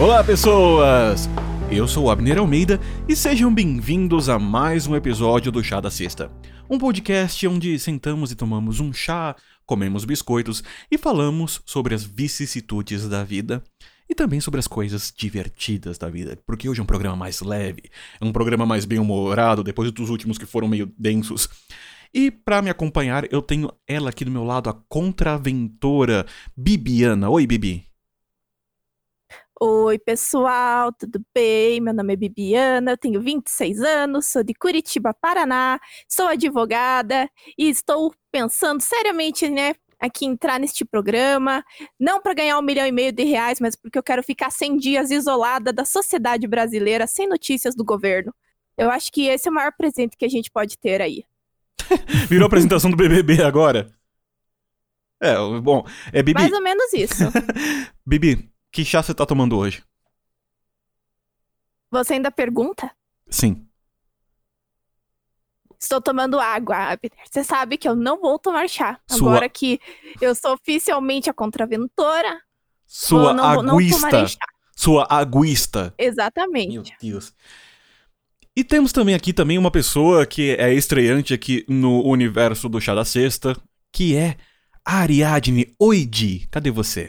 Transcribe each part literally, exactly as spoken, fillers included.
Olá, pessoas! Eu sou o Abner Almeida e sejam bem-vindos a mais um episódio do Chá da Sexta. Um podcast onde sentamos e tomamos um chá, comemos biscoitos e falamos sobre as vicissitudes da vida e também sobre as coisas divertidas da vida, porque hoje é um programa mais leve, é um programa mais bem-humorado, depois dos últimos que foram meio densos. E pra me acompanhar, eu tenho ela aqui do meu lado, a contraventora Bibiana. Oi, Bibi. Oi, pessoal, tudo bem? Meu nome é Bibiana, eu tenho vinte e seis anos, sou de Curitiba, Paraná, sou advogada e estou pensando seriamente, né, aqui entrar neste programa, não para ganhar um milhão e meio de reais, mas porque eu quero ficar cem dias isolada da sociedade brasileira, sem notícias do governo. Eu acho que esse é o maior presente que a gente pode ter aí. Virou a apresentação do B B B agora? É, bom, é Bibi. Mais ou menos isso. Bibi, que chá você tá tomando hoje? Você ainda pergunta? Sim. Estou tomando água, Abner. Você sabe que eu não vou tomar chá. Sua... Agora que eu sou oficialmente a contraventora, Sua eu não, aguista. não tomarei chá. Sua aguista. Exatamente. Meu Deus. E temos também aqui também uma pessoa que é estreante aqui no universo do Chá da Sexta, que é a Ariadne. Oi, Di. Cadê você?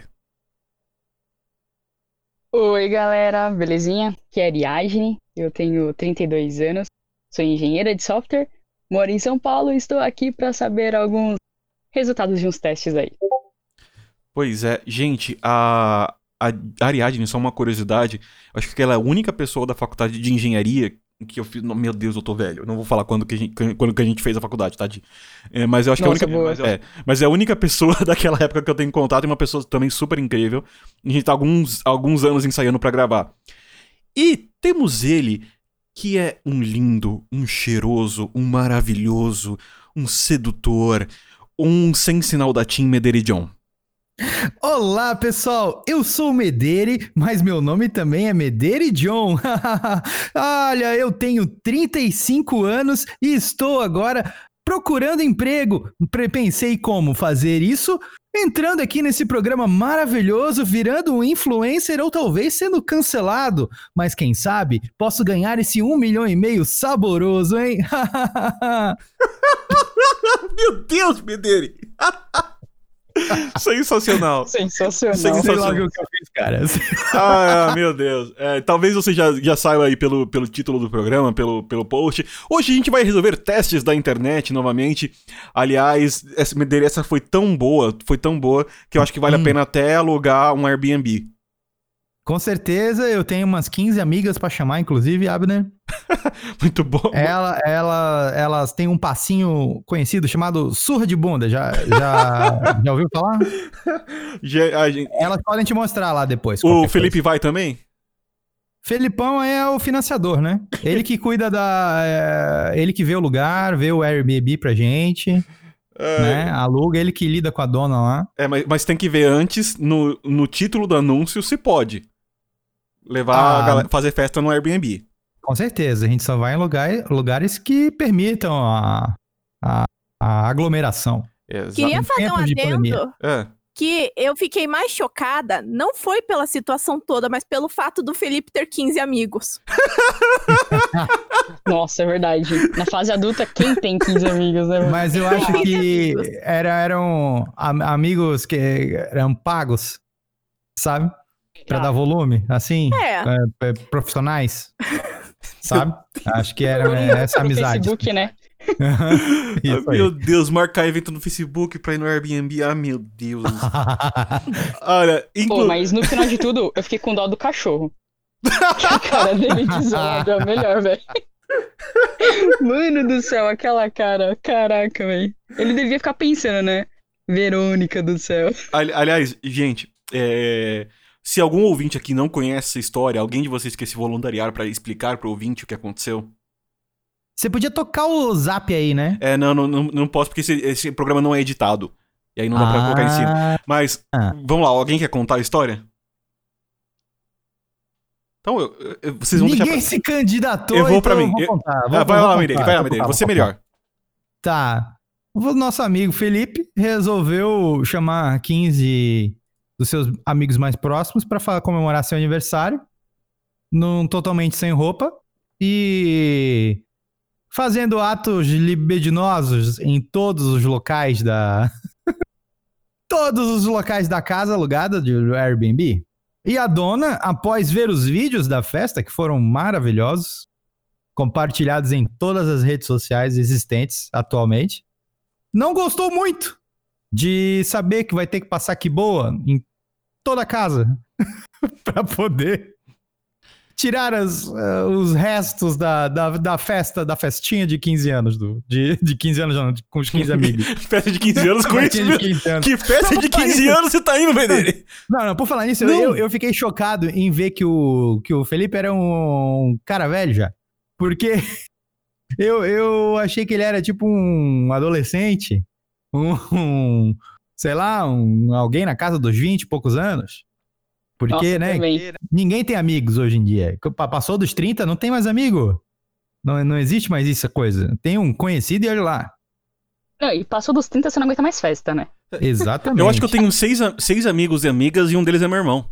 Oi, galera, belezinha? Aqui é a Ariadne, eu tenho trinta e dois anos, sou engenheira de software, moro em São Paulo e estou aqui para saber alguns resultados de uns testes aí. Pois é, gente, a, a Ariadne, só uma curiosidade, eu acho que ela é a única pessoa da faculdade de engenharia que eu fiz... Meu Deus, eu tô velho, eu não vou falar quando que a gente, quando que a gente fez a faculdade, tá? É, mas eu acho Nossa, que é a única... É, mas é a única pessoa daquela época que eu tenho contato e uma pessoa também super incrível. A gente tá alguns, alguns anos ensaiando pra gravar. E temos ele, que é um lindo, um cheiroso, um maravilhoso, um sedutor, um sem sinal da Team Medeiros John. Olá, pessoal, eu sou o Medeiros, mas meu nome também é Medeiros John. Olha, eu tenho trinta e cinco anos e estou agora procurando emprego. Pensei como fazer isso, entrando aqui nesse programa maravilhoso, virando um influencer ou talvez sendo cancelado. Mas quem sabe, posso ganhar esse um milhão e meio saboroso, hein? Meu Deus, Medeiros! Sensacional. Sensacional. Sensacional. Sei lá o que eu fiz, cara. Ah, meu Deus. É, talvez você já, já saiba aí pelo, pelo título do programa, pelo, pelo post. Hoje a gente vai resolver testes da internet novamente. Aliás, essa, essa foi tão boa, foi tão boa, que eu acho que vale hum. a pena até alugar um Airbnb. Com certeza, eu tenho umas quinze amigas pra chamar, inclusive, Abner. Muito bom. Ela, ela, elas têm um passinho conhecido chamado surra de bunda. Já, já, já ouviu falar? Já, a gente... Elas podem te mostrar lá depois. O Felipe coisa. Vai também? Felipão é o financiador, né? Ele que cuida da... É, ele que vê o lugar, vê o Airbnb pra gente... É... Né? Aluga, ele que lida com a dona lá. É, mas, mas tem que ver antes, no, no título do anúncio, se pode levar ah, a galera, fazer festa no Airbnb. Com certeza, a gente só vai em lugar, lugares que permitam a, a, a aglomeração. Exato. Queria fazer um adendo é. que eu fiquei mais chocada, não foi pela situação toda, mas pelo fato do Felipe ter quinze amigos. Nossa, é verdade. Na fase adulta, quem tem quinze amigos, né? Mas eu acho que era, eram amigos que eram pagos, sabe? Pra ah. dar volume, assim, é. É, profissionais, sabe? Acho que era essa amizade. Facebook, né? Ah, meu Deus, marcar evento no Facebook pra ir no Airbnb. Ah, meu Deus. Olha, inclu... Pô, mas no final de tudo, eu fiquei com dó do cachorro. A cara dele desolado é o melhor, velho. Mano do céu, aquela cara. Caraca, velho. Ele devia ficar pensando, né? Verônica do céu. Ali, aliás, gente, é... se algum ouvinte aqui não conhece essa história, alguém de vocês quer se voluntariar pra explicar pro ouvinte o que aconteceu? Você podia tocar o zap aí, né? É, não, não, não, não posso porque esse, esse programa não é editado. E aí não dá ah. pra colocar em cima. Mas, ah. vamos lá, alguém quer contar a história? Então, eu, eu, vocês vão Ninguém deixar pra... se candidatou, eu vou pra então mim. Eu vou contar. Eu... Vou, ah, vai vou lá, contar, Meire, vai lá, Meire. Você é melhor. Tá. O nosso amigo Felipe resolveu chamar quinze dos seus amigos mais próximos para comemorar seu aniversário, num, totalmente sem roupa e fazendo atos libidinosos em todos os locais da... todos os locais da casa alugada do Airbnb. E a dona, após ver os vídeos da festa, que foram maravilhosos, compartilhados em todas as redes sociais existentes atualmente, não gostou muito de saber que vai ter que passar que boa em toda a casa para poder tirar as, uh, os restos da, da, da festa, da festinha de quinze anos, do, de, de quinze anos não, com os quinze amigos. Festa de quinze anos com isso, de quinze anos. Que festa Não, de quinze anos você tá indo, Medeiros? Não, não, por falar nisso, eu, eu fiquei chocado em ver que o, que o Felipe era um, um cara velho já, porque eu, eu achei que ele era tipo um adolescente, um, um sei lá, um, alguém na casa dos vinte e poucos anos. Porque, Nossa, né, também. ninguém tem amigos hoje em dia. Passou dos trinta, não tem mais amigo. Não, não existe mais essa coisa. Tem um conhecido e olha lá. Não, e passou dos trinta, você não aguenta mais festa, né? Exatamente. Eu acho que eu tenho seis, seis amigos e amigas e um deles é meu irmão.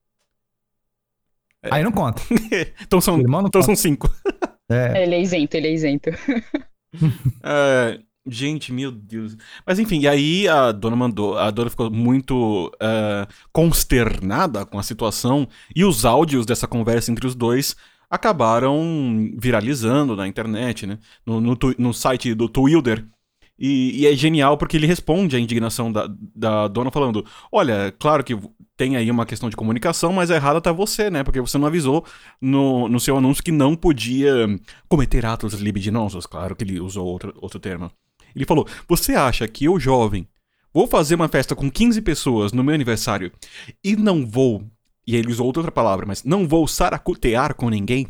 Aí não conta. então são, Irmão não então conta. são cinco. É. Ele é isento, ele é isento. É, gente, meu Deus. Mas enfim, e aí a dona mandou, a dona ficou muito uh, consternada com a situação e os áudios dessa conversa entre os dois acabaram viralizando na internet, né? No, no, no site do Twitter. E, e é genial porque ele responde à indignação da, da dona falando: olha, claro que tem aí uma questão de comunicação, mas errada tá você, né? Porque você não avisou no, no seu anúncio que não podia cometer atos libidinosos. Claro que ele usou outro, outro termo. Ele falou: você acha que eu, jovem, vou fazer uma festa com quinze pessoas no meu aniversário e não vou... E ele usou outra palavra, mas não vou saracotear com ninguém?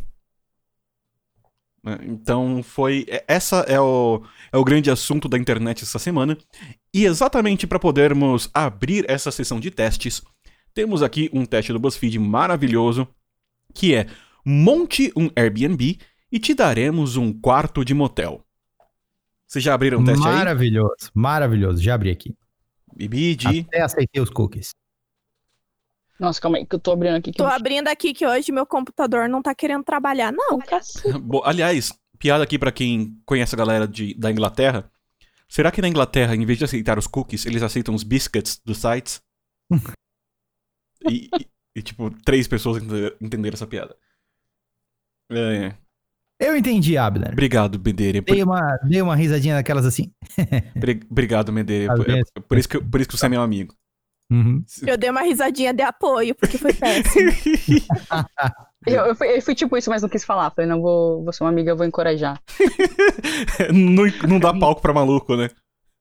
Então foi... Essa é o, é o grande assunto da internet essa semana. E exatamente para podermos abrir essa sessão de testes, temos aqui um teste do BuzzFeed maravilhoso, que é: monte um Airbnb e te daremos um quarto de motel. Vocês já abriram o teste aí? Maravilhoso, maravilhoso. Já abri aqui. Bibi, Di. Até aceitei os cookies. Nossa, calma aí, que eu tô abrindo aqui. Que Tô eu... abrindo aqui que hoje meu computador não tá querendo trabalhar, não. Bo- Aliás, piada aqui pra quem conhece a galera de, da Inglaterra. Será que na Inglaterra, em vez de aceitar os cookies, eles aceitam os biscuits dos sites? e, e, e, tipo, três pessoas ente- entenderam essa piada. É, Eu entendi, Abner. obrigado, Medeiros. Por, Dei uma, dei uma risadinha daquelas assim. bri- obrigado, Medeiros. Às Por, vezes. por, isso que, por isso que você é meu amigo. Uhum. Eu dei uma risadinha de apoio, porque foi péssimo. Eu, eu, fui, eu fui tipo isso, mas não quis falar. Falei, não, vou, vou ser uma amiga, eu vou encorajar. não, não dá palco pra maluco, né?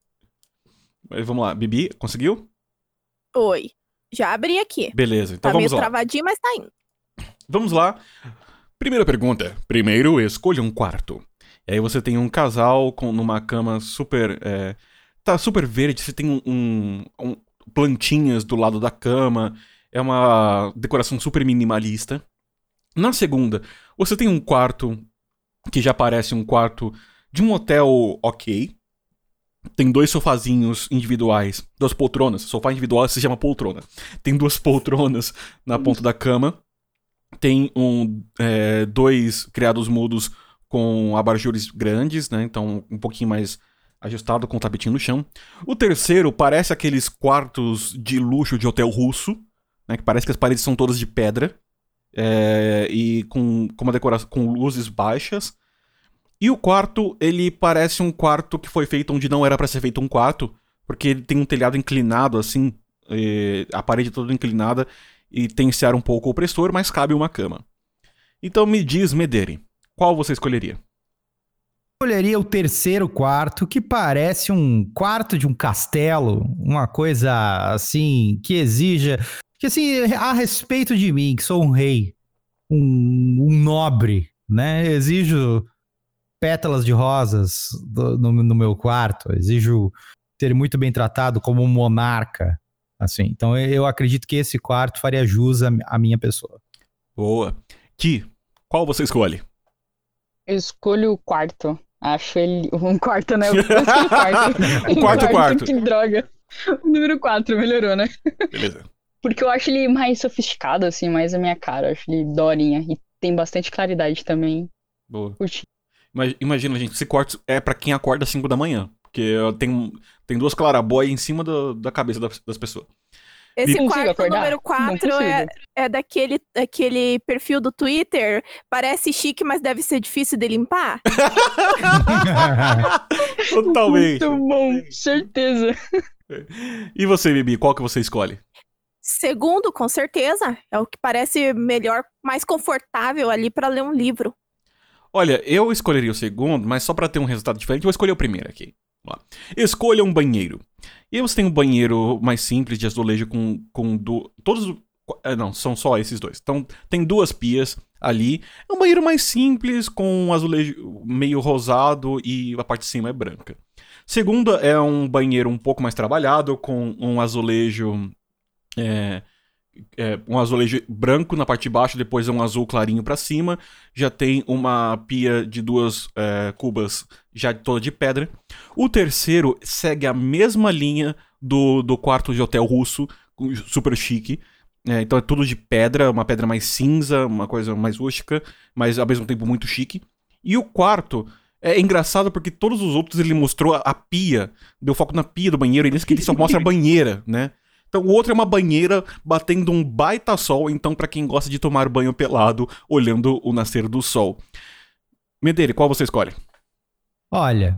Mas vamos lá. Bibi, conseguiu? Oi. Já abri aqui. Beleza, então Tá meio vamos lá. travadinho, mas tá indo. Vamos lá. Primeira pergunta. Primeiro, escolha um quarto. E aí você tem um casal com, numa cama super... É, tá super verde, você tem um, um, um plantinhas do lado da cama. É uma decoração super minimalista. Na segunda, você tem um quarto que já parece um quarto de um hotel ok. Tem dois sofazinhos individuais, duas poltronas. Sofá individual se chama poltrona. Tem duas poltronas na ponta da cama. Tem um, é, dois criados mudos com abajures grandes, né? Então um pouquinho mais ajustado, com o tapetinho no chão. O terceiro parece aqueles quartos de luxo de hotel russo, né? Que parece que as paredes são todas de pedra. É, e com, com uma decoração com luzes baixas. E o quarto, ele parece um quarto que foi feito onde não era pra ser feito um quarto, porque ele tem um telhado inclinado assim, e a parede toda inclinada e tem esse ar um pouco opressor, mas cabe uma cama. Então me diz, Medeiros, qual você escolheria? Escolheria o terceiro quarto, que parece um quarto de um castelo, uma coisa assim que exija, que assim, a respeito de mim, que sou um rei, um, um nobre, né? Exijo pétalas de rosas do, no, no meu quarto, exijo ser muito bem tratado como um monarca, assim. Então eu acredito que esse quarto faria jus à, à minha pessoa. Boa. Ki, qual você escolhe? Eu escolho o quarto. Acho ele... Um quarto, né? Eu escolhi o quarto. O quarto, quarto. Que droga. O número quatro melhorou, né? Beleza. Porque eu acho ele mais sofisticado, assim, mais a minha cara. Eu acho ele daorinha. E tem bastante claridade também. Boa. Curti. Mas imagina, gente, esse quarto é pra quem acorda às cinco da manhã. Porque tem, tem duas clarabóias em cima do- da cabeça das, das pessoas. Esse Consigo quarto acordar? número Não quatro é, consigo. é daquele, daquele perfil do Twitter. Parece chique, mas deve ser difícil de limpar. Totalmente. Muito bom, certeza. E você, Bibi, qual que você escolhe? Segundo, com certeza, é o que parece melhor, mais confortável ali pra ler um livro. Olha, eu escolheria o segundo, mas só pra ter um resultado diferente, eu vou escolher o primeiro aqui. Vamos lá. Escolha um banheiro. E aí você tem um banheiro mais simples de azulejo com, com do, todos... é, Não, são só esses dois. Então, tem duas pias ali. É um banheiro mais simples, com um azulejo meio rosado e a parte de cima é branca. Segunda é um banheiro um pouco mais trabalhado, com um azulejo... É, é, um azulejo branco na parte de baixo, depois é um azul clarinho pra cima. Já tem uma pia de duas é, cubas já toda de pedra. O terceiro segue a mesma linha do, do quarto de hotel russo, super chique. É, então é tudo de pedra, uma pedra mais cinza, uma coisa mais rústica, mas ao mesmo tempo muito chique. E o quarto é engraçado porque todos os outros ele mostrou a, a pia, deu foco na pia do banheiro, e nesse que ele só mostra a banheira, né? Então o outro é uma banheira batendo um baita sol, então pra quem gosta de tomar banho pelado, olhando o nascer do sol. Medeira, qual você escolhe? Olha,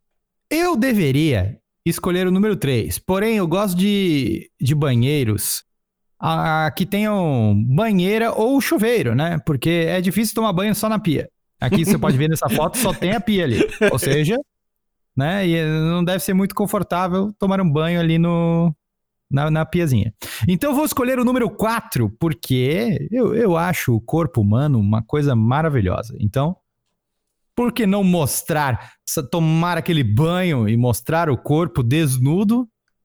eu deveria escolher o número três, porém eu gosto de, de banheiros ah, que tenham banheira ou chuveiro, né? Porque é difícil tomar banho só na pia. Aqui você pode ver nessa foto, só tem a pia ali. Ou seja, né? E não deve ser muito confortável tomar um banho ali no... Na, na piazinha. Então eu vou escolher o número quatro, porque eu, eu acho o corpo humano uma coisa maravilhosa. Então, por que não mostrar, tomar aquele banho e mostrar o corpo desnudo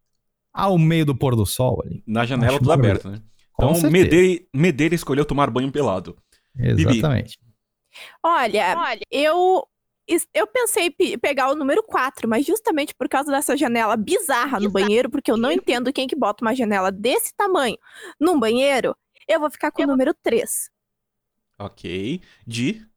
ao meio do pôr do sol ali? Na janela Acho tudo aberto, né? Com Então certeza. Medeira, Medeira escolheu tomar banho pelado. Exatamente. Olha, Olha. eu, es- eu pensei em pe- pegar o número quatro, mas justamente por causa dessa janela bizarra no banheiro, porque eu não entendo quem que bota uma janela desse tamanho num banheiro, eu vou ficar com o número três. Ok. Di?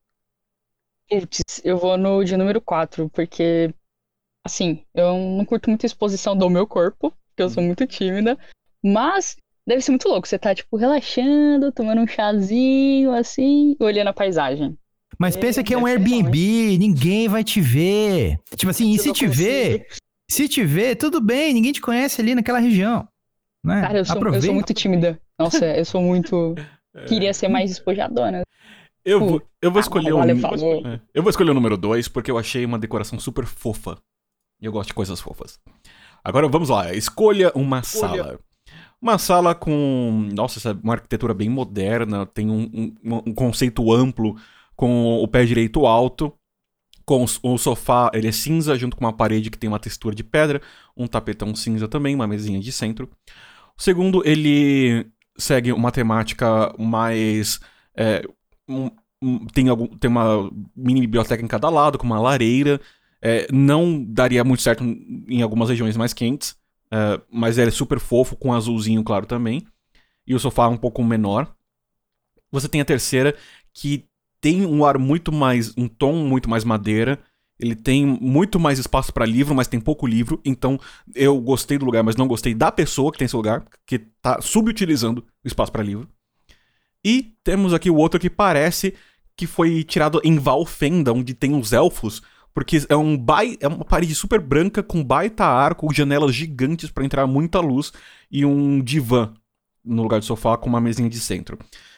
Putz, eu vou no de número quatro, porque, assim, eu não curto muito a exposição do meu corpo, porque eu sou muito tímida, mas deve ser muito louco. Você tá, tipo, relaxando, tomando um chazinho, assim, olhando a paisagem. Mas É, pensa que é um deve ser Airbnb, ninguém vai te ver. Tipo assim, e Eu se não te ver, se te ver, tudo bem, ninguém te conhece ali naquela região. Né? Cara, eu sou, eu Aproveita. sou muito tímida. Nossa, eu sou muito... Queria ser mais despojadona. Eu vou, eu vou Ah, escolher valeu, o falou. é, eu vou escolher o número dois porque eu achei uma decoração super fofa. E eu gosto de coisas fofas. Agora vamos lá, escolha uma Escolha. sala. Uma sala com, nossa, essa é uma arquitetura bem moderna, tem um, um, um conceito amplo, com o pé direito alto, com o sofá, ele é cinza, junto com uma parede que tem uma textura de pedra, um tapetão cinza também, uma mesinha de centro. O segundo, ele segue uma temática mais... É, um, um, tem, algum, tem uma mini biblioteca em cada lado, com uma lareira. É, não daria muito certo em algumas regiões mais quentes, é, mas ele é super fofo, com azulzinho claro também. E o sofá é um pouco menor. Você tem a terceira, que tem um ar muito mais... um tom muito mais madeira. Ele tem muito mais espaço para livro, mas tem pouco livro. Então eu gostei do lugar, mas não gostei da pessoa que tem esse lugar, que tá subutilizando o espaço para livro. E temos aqui o outro que parece que foi tirado em Valfenda, onde tem os elfos, porque é, um bai... é uma parede super branca com baita arco, janelas gigantes para entrar muita luz e um divã no lugar do sofá com uma mesinha de centro.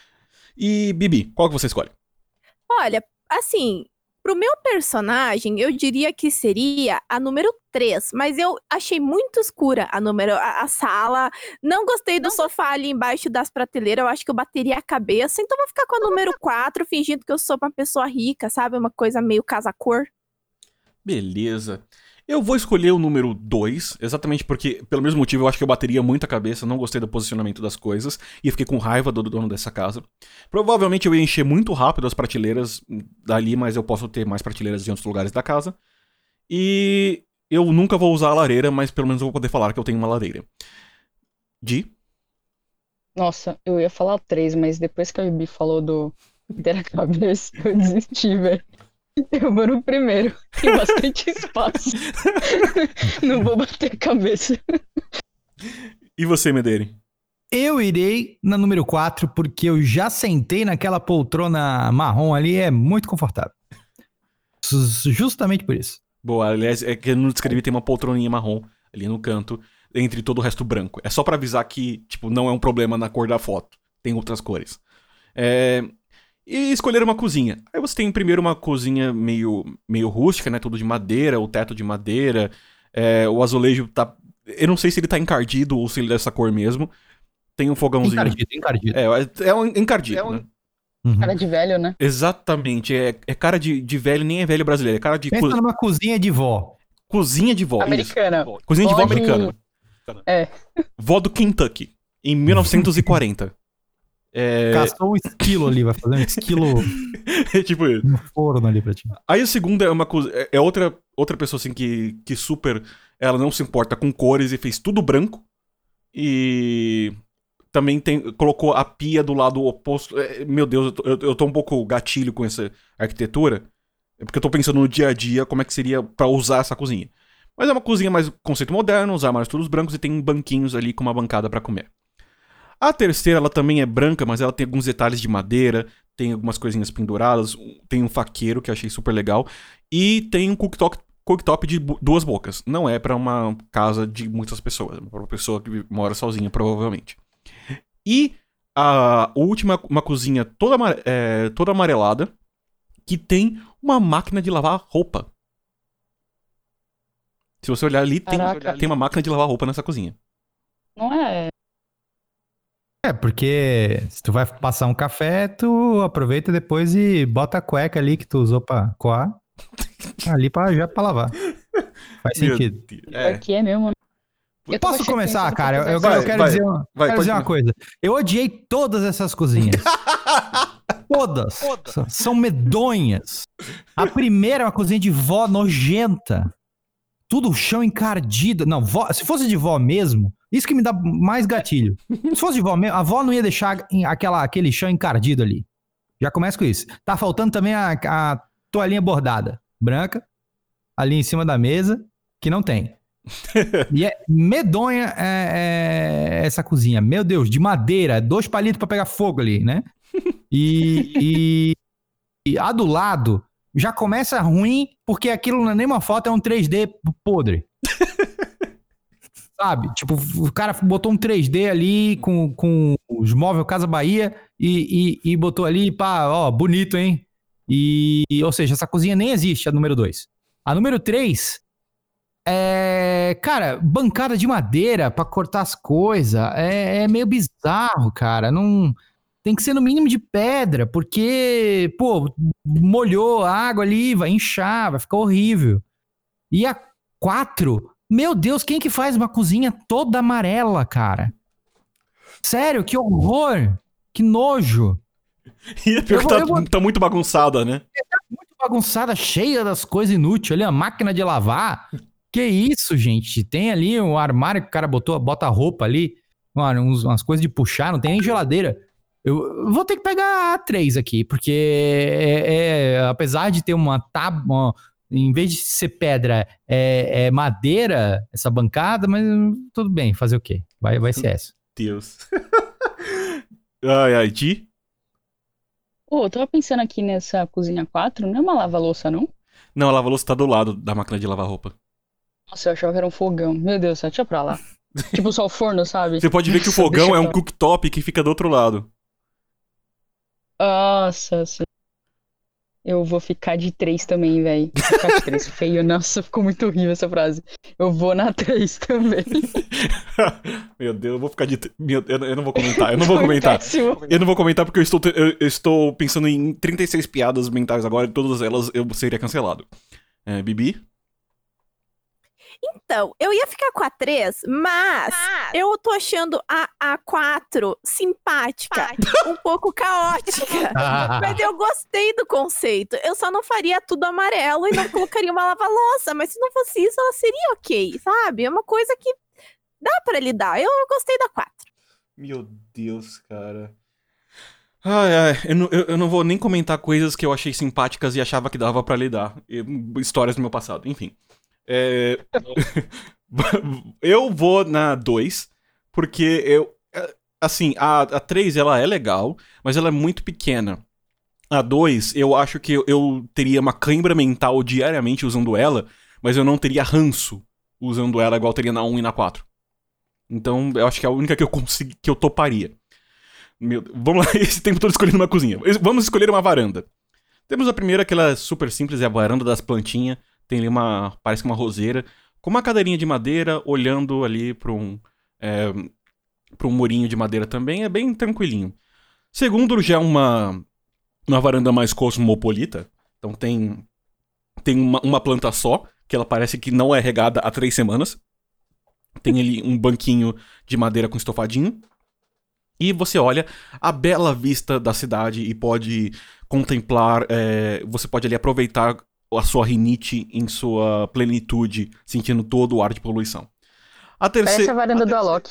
E Bibi, qual que você escolhe? Olha, assim, pro meu personagem, eu diria que seria a número três, mas eu achei muito escura a número a, a sala. Não gostei do sofá ali embaixo das prateleiras, eu acho que eu bateria a cabeça. Então vou ficar com a número quatro, fingindo que eu sou uma pessoa rica, sabe? Uma coisa meio casa-cor. Beleza. Eu vou escolher o número dois, exatamente porque, pelo mesmo motivo, eu acho que eu bateria muito a cabeça, não gostei do posicionamento das coisas, e eu fiquei com raiva do dono dessa casa. Provavelmente eu ia encher muito rápido as prateleiras dali, mas eu posso ter mais prateleiras em outros lugares da casa. E eu nunca vou usar a lareira, mas pelo menos eu vou poder falar que eu tenho uma lareira. Di? Nossa, eu ia falar três, mas depois que a Bibi falou do bater a cabeça, eu desisti, velho. Eu vou no primeiro. Tem bastante espaço. Não vou bater a cabeça. E você, Medeiros? Eu irei na número quatro, porque eu já sentei naquela poltrona marrom ali, é muito confortável. Justamente por isso. Boa, aliás, é que no descrevi tem uma poltroninha marrom ali no canto, entre todo o resto branco. É só pra avisar que, tipo, não é um problema na cor da foto. Tem outras cores. É... E escolher uma cozinha. Aí você tem primeiro uma cozinha meio, meio rústica, né? Tudo de madeira, o teto de madeira. É... O azulejo tá... Eu não sei se ele tá encardido ou se ele é dessa cor mesmo. Tem um fogãozinho... Encardido, encardido. É, é um encardido, é um... né? Uhum. Cara de velho, né? Exatamente. É, é cara de, de velho, nem é velho brasileiro. É cara de... Pensa Co... numa cozinha de vó. Cozinha de vó, Americana. isso. Cozinha de vó Pode- americana. É. Vó do Kentucky, em mil novecentos e quarenta. É... Caçou um esquilo ali, vai fazer um esquilo tipo isso. no forno ali pra ti. Aí a segunda é uma coisa. É outra, outra pessoa assim que, que super. Ela não se importa com cores e fez tudo branco. E também tem, colocou a pia do lado oposto. É, meu Deus, eu tô, eu, eu tô um pouco gatilho com essa arquitetura. É porque eu tô pensando no dia a dia como é que seria pra usar essa cozinha. Mas é uma cozinha mais conceito moderno, os armários todos brancos e tem banquinhos ali com uma bancada pra comer. A terceira, ela também é branca, mas ela tem alguns detalhes de madeira, tem algumas coisinhas penduradas, tem um faqueiro que eu achei super legal, e tem um cooktop, cooktop de duas bocas. Não é pra uma casa de muitas pessoas, é pra uma pessoa que mora sozinha, provavelmente. E a última, uma cozinha toda, é, toda amarelada, que tem uma máquina de lavar roupa. Se você olhar ali, tem, Caraca. tem uma máquina de lavar roupa nessa cozinha. Não é. É, porque se tu vai passar um café, tu aproveita depois e bota a cueca ali que tu usou pra coar ali pra, já pra lavar. Faz Meu sentido. Deus. É. É. Que é mesmo. Eu tava Posso achando- começar, pensando cara? Eu, eu- Vai, eu quero vai, dizer, uma, vai, quero pode dizer uma coisa. Eu odiei todas essas cozinhas. Todas. S- São medonhas. A primeira é uma cozinha de vó nojenta. Tudo o chão encardido. Não, vó- se fosse de vó mesmo, isso que me dá mais gatilho. Se fosse de vó mesmo, a avó não ia deixar em- aquela, aquele chão encardido ali. Já começa com isso. Tá faltando também a, a toalhinha bordada, branca, ali em cima da mesa, que não tem. E é medonha é, é, essa cozinha. Meu Deus, de madeira, dois palitos pra pegar fogo ali, né? E, e, e a do lado já começa ruim, porque aquilo não é nem uma foto, é um três D podre. Sabe? Tipo, o cara botou um três D ali com, com os móveis Casa Bahia e, e, e botou ali, pá, ó, bonito, hein? E, ou seja, essa cozinha nem existe, a número dois. A número três é, cara, bancada de madeira pra cortar as coisas. É, é meio bizarro, cara. Não tem que ser no mínimo de pedra, porque, pô, molhou a água ali, vai inchar, vai ficar horrível. E a quatro, meu Deus, quem que faz uma cozinha toda amarela, cara? Sério, que horror, que nojo. E é pior Eu que vou- tá, eu vou- tá muito bagunçada, né? Muito bagunçada, cheia das coisas inúteis. Ali, a máquina de lavar. Que isso, gente? Tem ali um armário que o cara botou, bota a roupa ali, mano, uns- umas coisas de puxar, não tem nem geladeira. Eu vou ter que pegar a três aqui, porque é, é, apesar de ter uma tábua, em vez de ser pedra, é, é madeira, essa bancada, mas hum, tudo bem, fazer o quê? Vai, vai ser essa. Deus. Ai, ai, Ti? Pô, eu tava pensando aqui nessa cozinha quatro, não é uma lava-louça, não? Não, a lava-louça tá do lado da máquina de lavar roupa. Nossa, eu achava que era um fogão. Meu Deus, só deixa pra lá. Tipo só o forno, sabe? Você pode ver que o Nossa, fogão deixa é um pra lá. cooktop que fica do outro lado. Nossa, sim. Eu vou ficar de três também, velho. Vou ficar de três. Feio, nossa, ficou muito horrível essa frase. Eu vou na três também. Meu Deus, eu vou ficar de. Meu, eu, eu não vou comentar, eu não vou comentar. Péssimo. Eu não vou comentar porque eu estou, te- eu, eu estou pensando em trinta e seis piadas mentais agora e todas elas eu seria cancelado. É, Bibi? Então, eu ia ficar com a três, mas eu tô achando a, a quatro simpática, um pouco caótica. Mas eu gostei do conceito. Eu só não faria tudo amarelo e não colocaria uma lava-louça. Mas se não fosse isso, ela seria ok, sabe? É uma coisa que dá pra lidar. Eu gostei da quatro. Meu Deus, cara. Ai, ai, eu não, eu, eu não vou nem comentar coisas que eu achei simpáticas e achava que dava pra lidar. E- Histórias do meu passado, enfim. É, eu vou na dois, porque eu. é, Assim, a, a três ela é legal, mas ela é muito pequena. A dois eu acho que eu, eu teria uma cãibra mental diariamente usando ela, mas eu não teria ranço usando ela igual teria na um e na quatro. Então, eu acho que é a única que eu consegui, que eu toparia. Meu, vamos lá, esse tempo todo escolhendo uma cozinha. Vamos escolher uma varanda. Temos a primeira, que ela é super simples, é a varanda das plantinhas. Tem ali uma, parece que uma roseira, com uma cadeirinha de madeira, olhando ali para um, é, pra um murinho de madeira também. É bem tranquilinho. Segundo, já é uma, uma varanda mais cosmopolita. Então tem, tem uma, uma planta só, que ela parece que não é regada há três semanas. Tem ali um banquinho de madeira com estofadinho. E você olha a bela vista da cidade e pode contemplar, é, você pode ali aproveitar a sua rinite em sua plenitude, sentindo todo o ar de poluição. A Parece a terceira, varanda do Alok.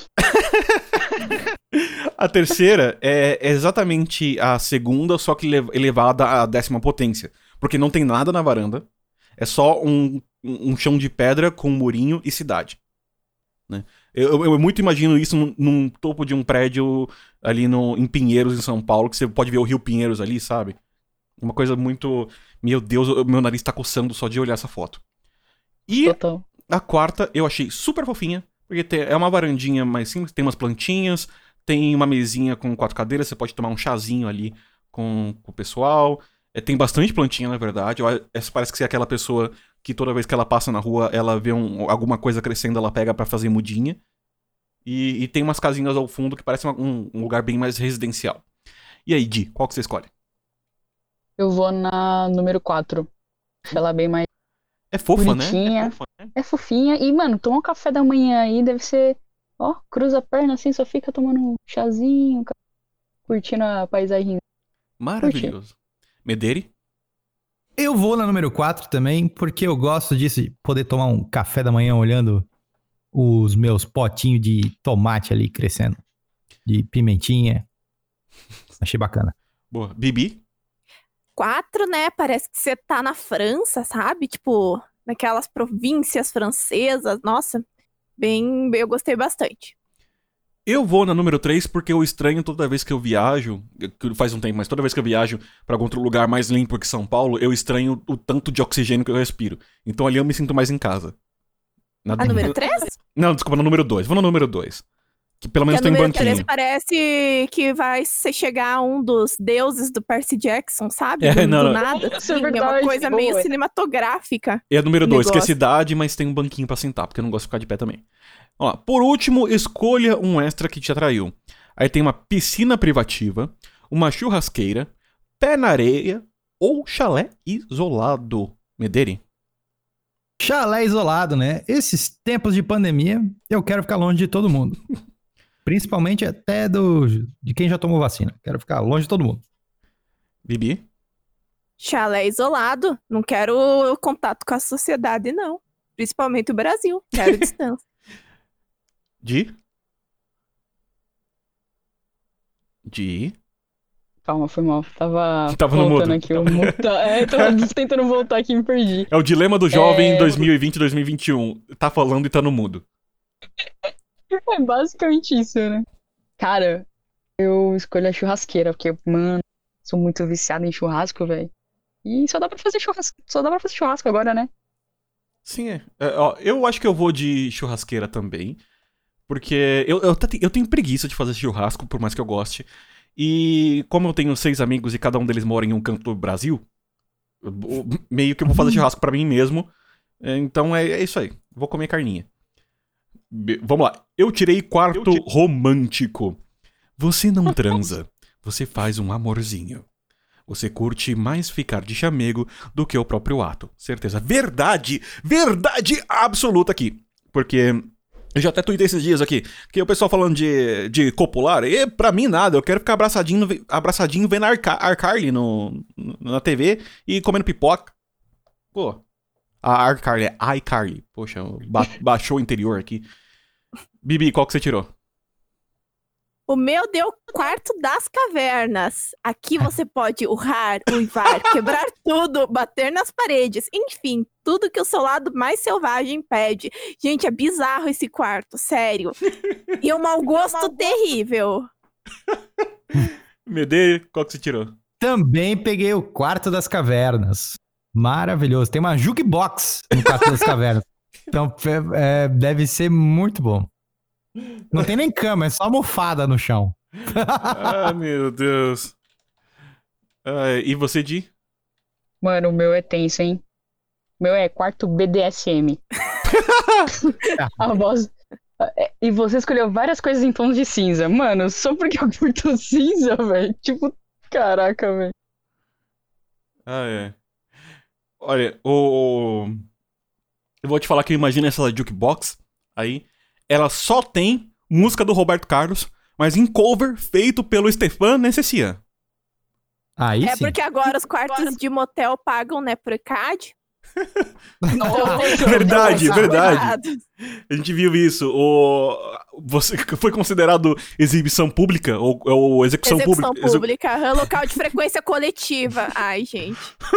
a terceira é exatamente a segunda, só que lev- elevada à décima potência. Porque não tem nada na varanda, é só um, um chão de pedra com um murinho e cidade. Né? Eu, eu, eu muito imagino isso num, num topo de um prédio ali no, em Pinheiros, em São Paulo, que você pode ver o Rio Pinheiros ali, sabe? Uma coisa muito... Meu Deus, o meu nariz tá coçando só de olhar essa foto. E Total. a quarta eu achei super fofinha, porque tem- é uma varandinha mais simples, tem umas plantinhas, tem uma mesinha com quatro cadeiras, você pode tomar um chazinho ali com, com o pessoal. É, tem bastante plantinha, na verdade. Eu- Essa parece que ser aquela pessoa que toda vez que ela passa na rua, ela vê um- alguma coisa crescendo, ela pega pra fazer mudinha. E, e tem umas casinhas ao fundo que parece uma- um, um lugar bem mais residencial. E aí, Di, qual que você escolhe? Eu vou na número quatro. Acho ela bem mais. É fofa, né? Bonitinha. É fofa, né? É fofinha. E, mano, tomar um café da manhã aí deve ser. Ó, cruza a perna assim, só fica tomando um chazinho, ca- curtindo a paisagem. Maravilhoso. Mederi? Eu vou na número quatro também, porque eu gosto disso, de poder tomar um café da manhã olhando os meus potinhos de tomate ali crescendo. De pimentinha. Achei bacana. Boa. Bibi? Quatro, né? Parece que você tá na França, sabe? Tipo, naquelas províncias francesas. Nossa, bem, eu gostei bastante. Eu vou na número três porque eu estranho toda vez que eu viajo, que faz um tempo, mas toda vez que eu viajo pra algum outro lugar mais limpo que São Paulo, eu estranho o tanto de oxigênio que eu respiro. Então ali eu me sinto mais em casa. Na A número três? Não, desculpa, na número dois. Vou na número dois. Que pelo Que menos a tem um número banquinho. três parece que vai se chegar a um dos deuses do Percy Jackson, sabe? É, do, não, do não. nada. Isso é assim, é uma verdade, coisa boa. meio cinematográfica. E a número dois, que é negócio. cidade, mas tem um banquinho pra sentar, porque eu não gosto de ficar de pé também. Ó, por último, escolha um extra que te atraiu. Aí tem uma piscina privativa, uma churrasqueira, pé na areia ou chalé isolado. Mederi? Chalé isolado, né? Esses tempos de pandemia, eu quero ficar longe de todo mundo. Principalmente até do, de quem já tomou vacina. Quero ficar longe de todo mundo. Bibi? Chalé isolado. Não quero contato com a sociedade, não. Principalmente o Brasil. Quero distância. Di? Di? Calma, foi mal. Tava, Tava no voltando mudo. aqui. O mudo tá- É, tava tentando voltar aqui e me perdi. É o dilema do jovem É. dois mil e vinte, dois mil e vinte e um. Tá falando e tá no mudo. É basicamente isso, né? Cara, eu escolho a churrasqueira, porque, mano, sou muito viciado em churrasco, velho. E só dá pra fazer churrasco. Só dá pra fazer churrasco agora, né? Sim, é. É, ó, eu acho que eu vou de churrasqueira também. Porque eu, eu, te- eu tenho preguiça de fazer churrasco, por mais que eu goste. E como eu tenho seis amigos e cada um deles mora em um canto do Brasil, eu- eu- meio que eu vou fazer churrasco pra mim mesmo. É, Então é, é isso aí. Vou comer carninha. Be- Vamos lá. Eu tirei quarto romântico. Você não transa. Você faz um amorzinho. Você curte mais ficar de chamego do que o próprio ato. Certeza. Verdade! Verdade absoluta aqui. Porque eu já até tuitei esses dias aqui. Que o pessoal falando de, de copular. E pra mim nada. Eu quero ficar abraçadinho, abraçadinho vendo a Arcarly no, na T V e comendo pipoca. Pô. A Arcarly é iCarly. Poxa, ba- baixou o interior aqui. Bibi, qual que você tirou? O meu deu quarto das cavernas. Aqui você pode urrar, uivar, quebrar tudo, bater nas paredes. Enfim, tudo que o seu lado mais selvagem pede. Gente, é bizarro esse quarto, sério. E um mau gosto terrível. Medeiros, qual que você tirou? Também peguei o quarto das cavernas. Maravilhoso. Tem uma jukebox no quarto das cavernas. Então, é, deve ser muito bom. Não tem nem cama, é só almofada no chão. Ah, meu Deus. Ah, e você, Di? Mano, o meu é tenso, hein? O meu é quarto B D S M. A voz... E você escolheu várias coisas em tons de cinza. Mano, só porque eu curto cinza, velho. Tipo, caraca, velho. Ah, é. Olha, o... eu vou te falar que eu imagino essa jukebox aí. Ela só tem música do Roberto Carlos, mas em cover feito pelo Stefan Necessian. Aí É sim. porque agora os quartos de motel pagam, né, por E C A D. Verdade, Então, verdade. A gente viu isso. O... Você foi considerado exibição pública ou, ou execução, Execução pública? pública, é local de frequência coletiva. Ai, gente.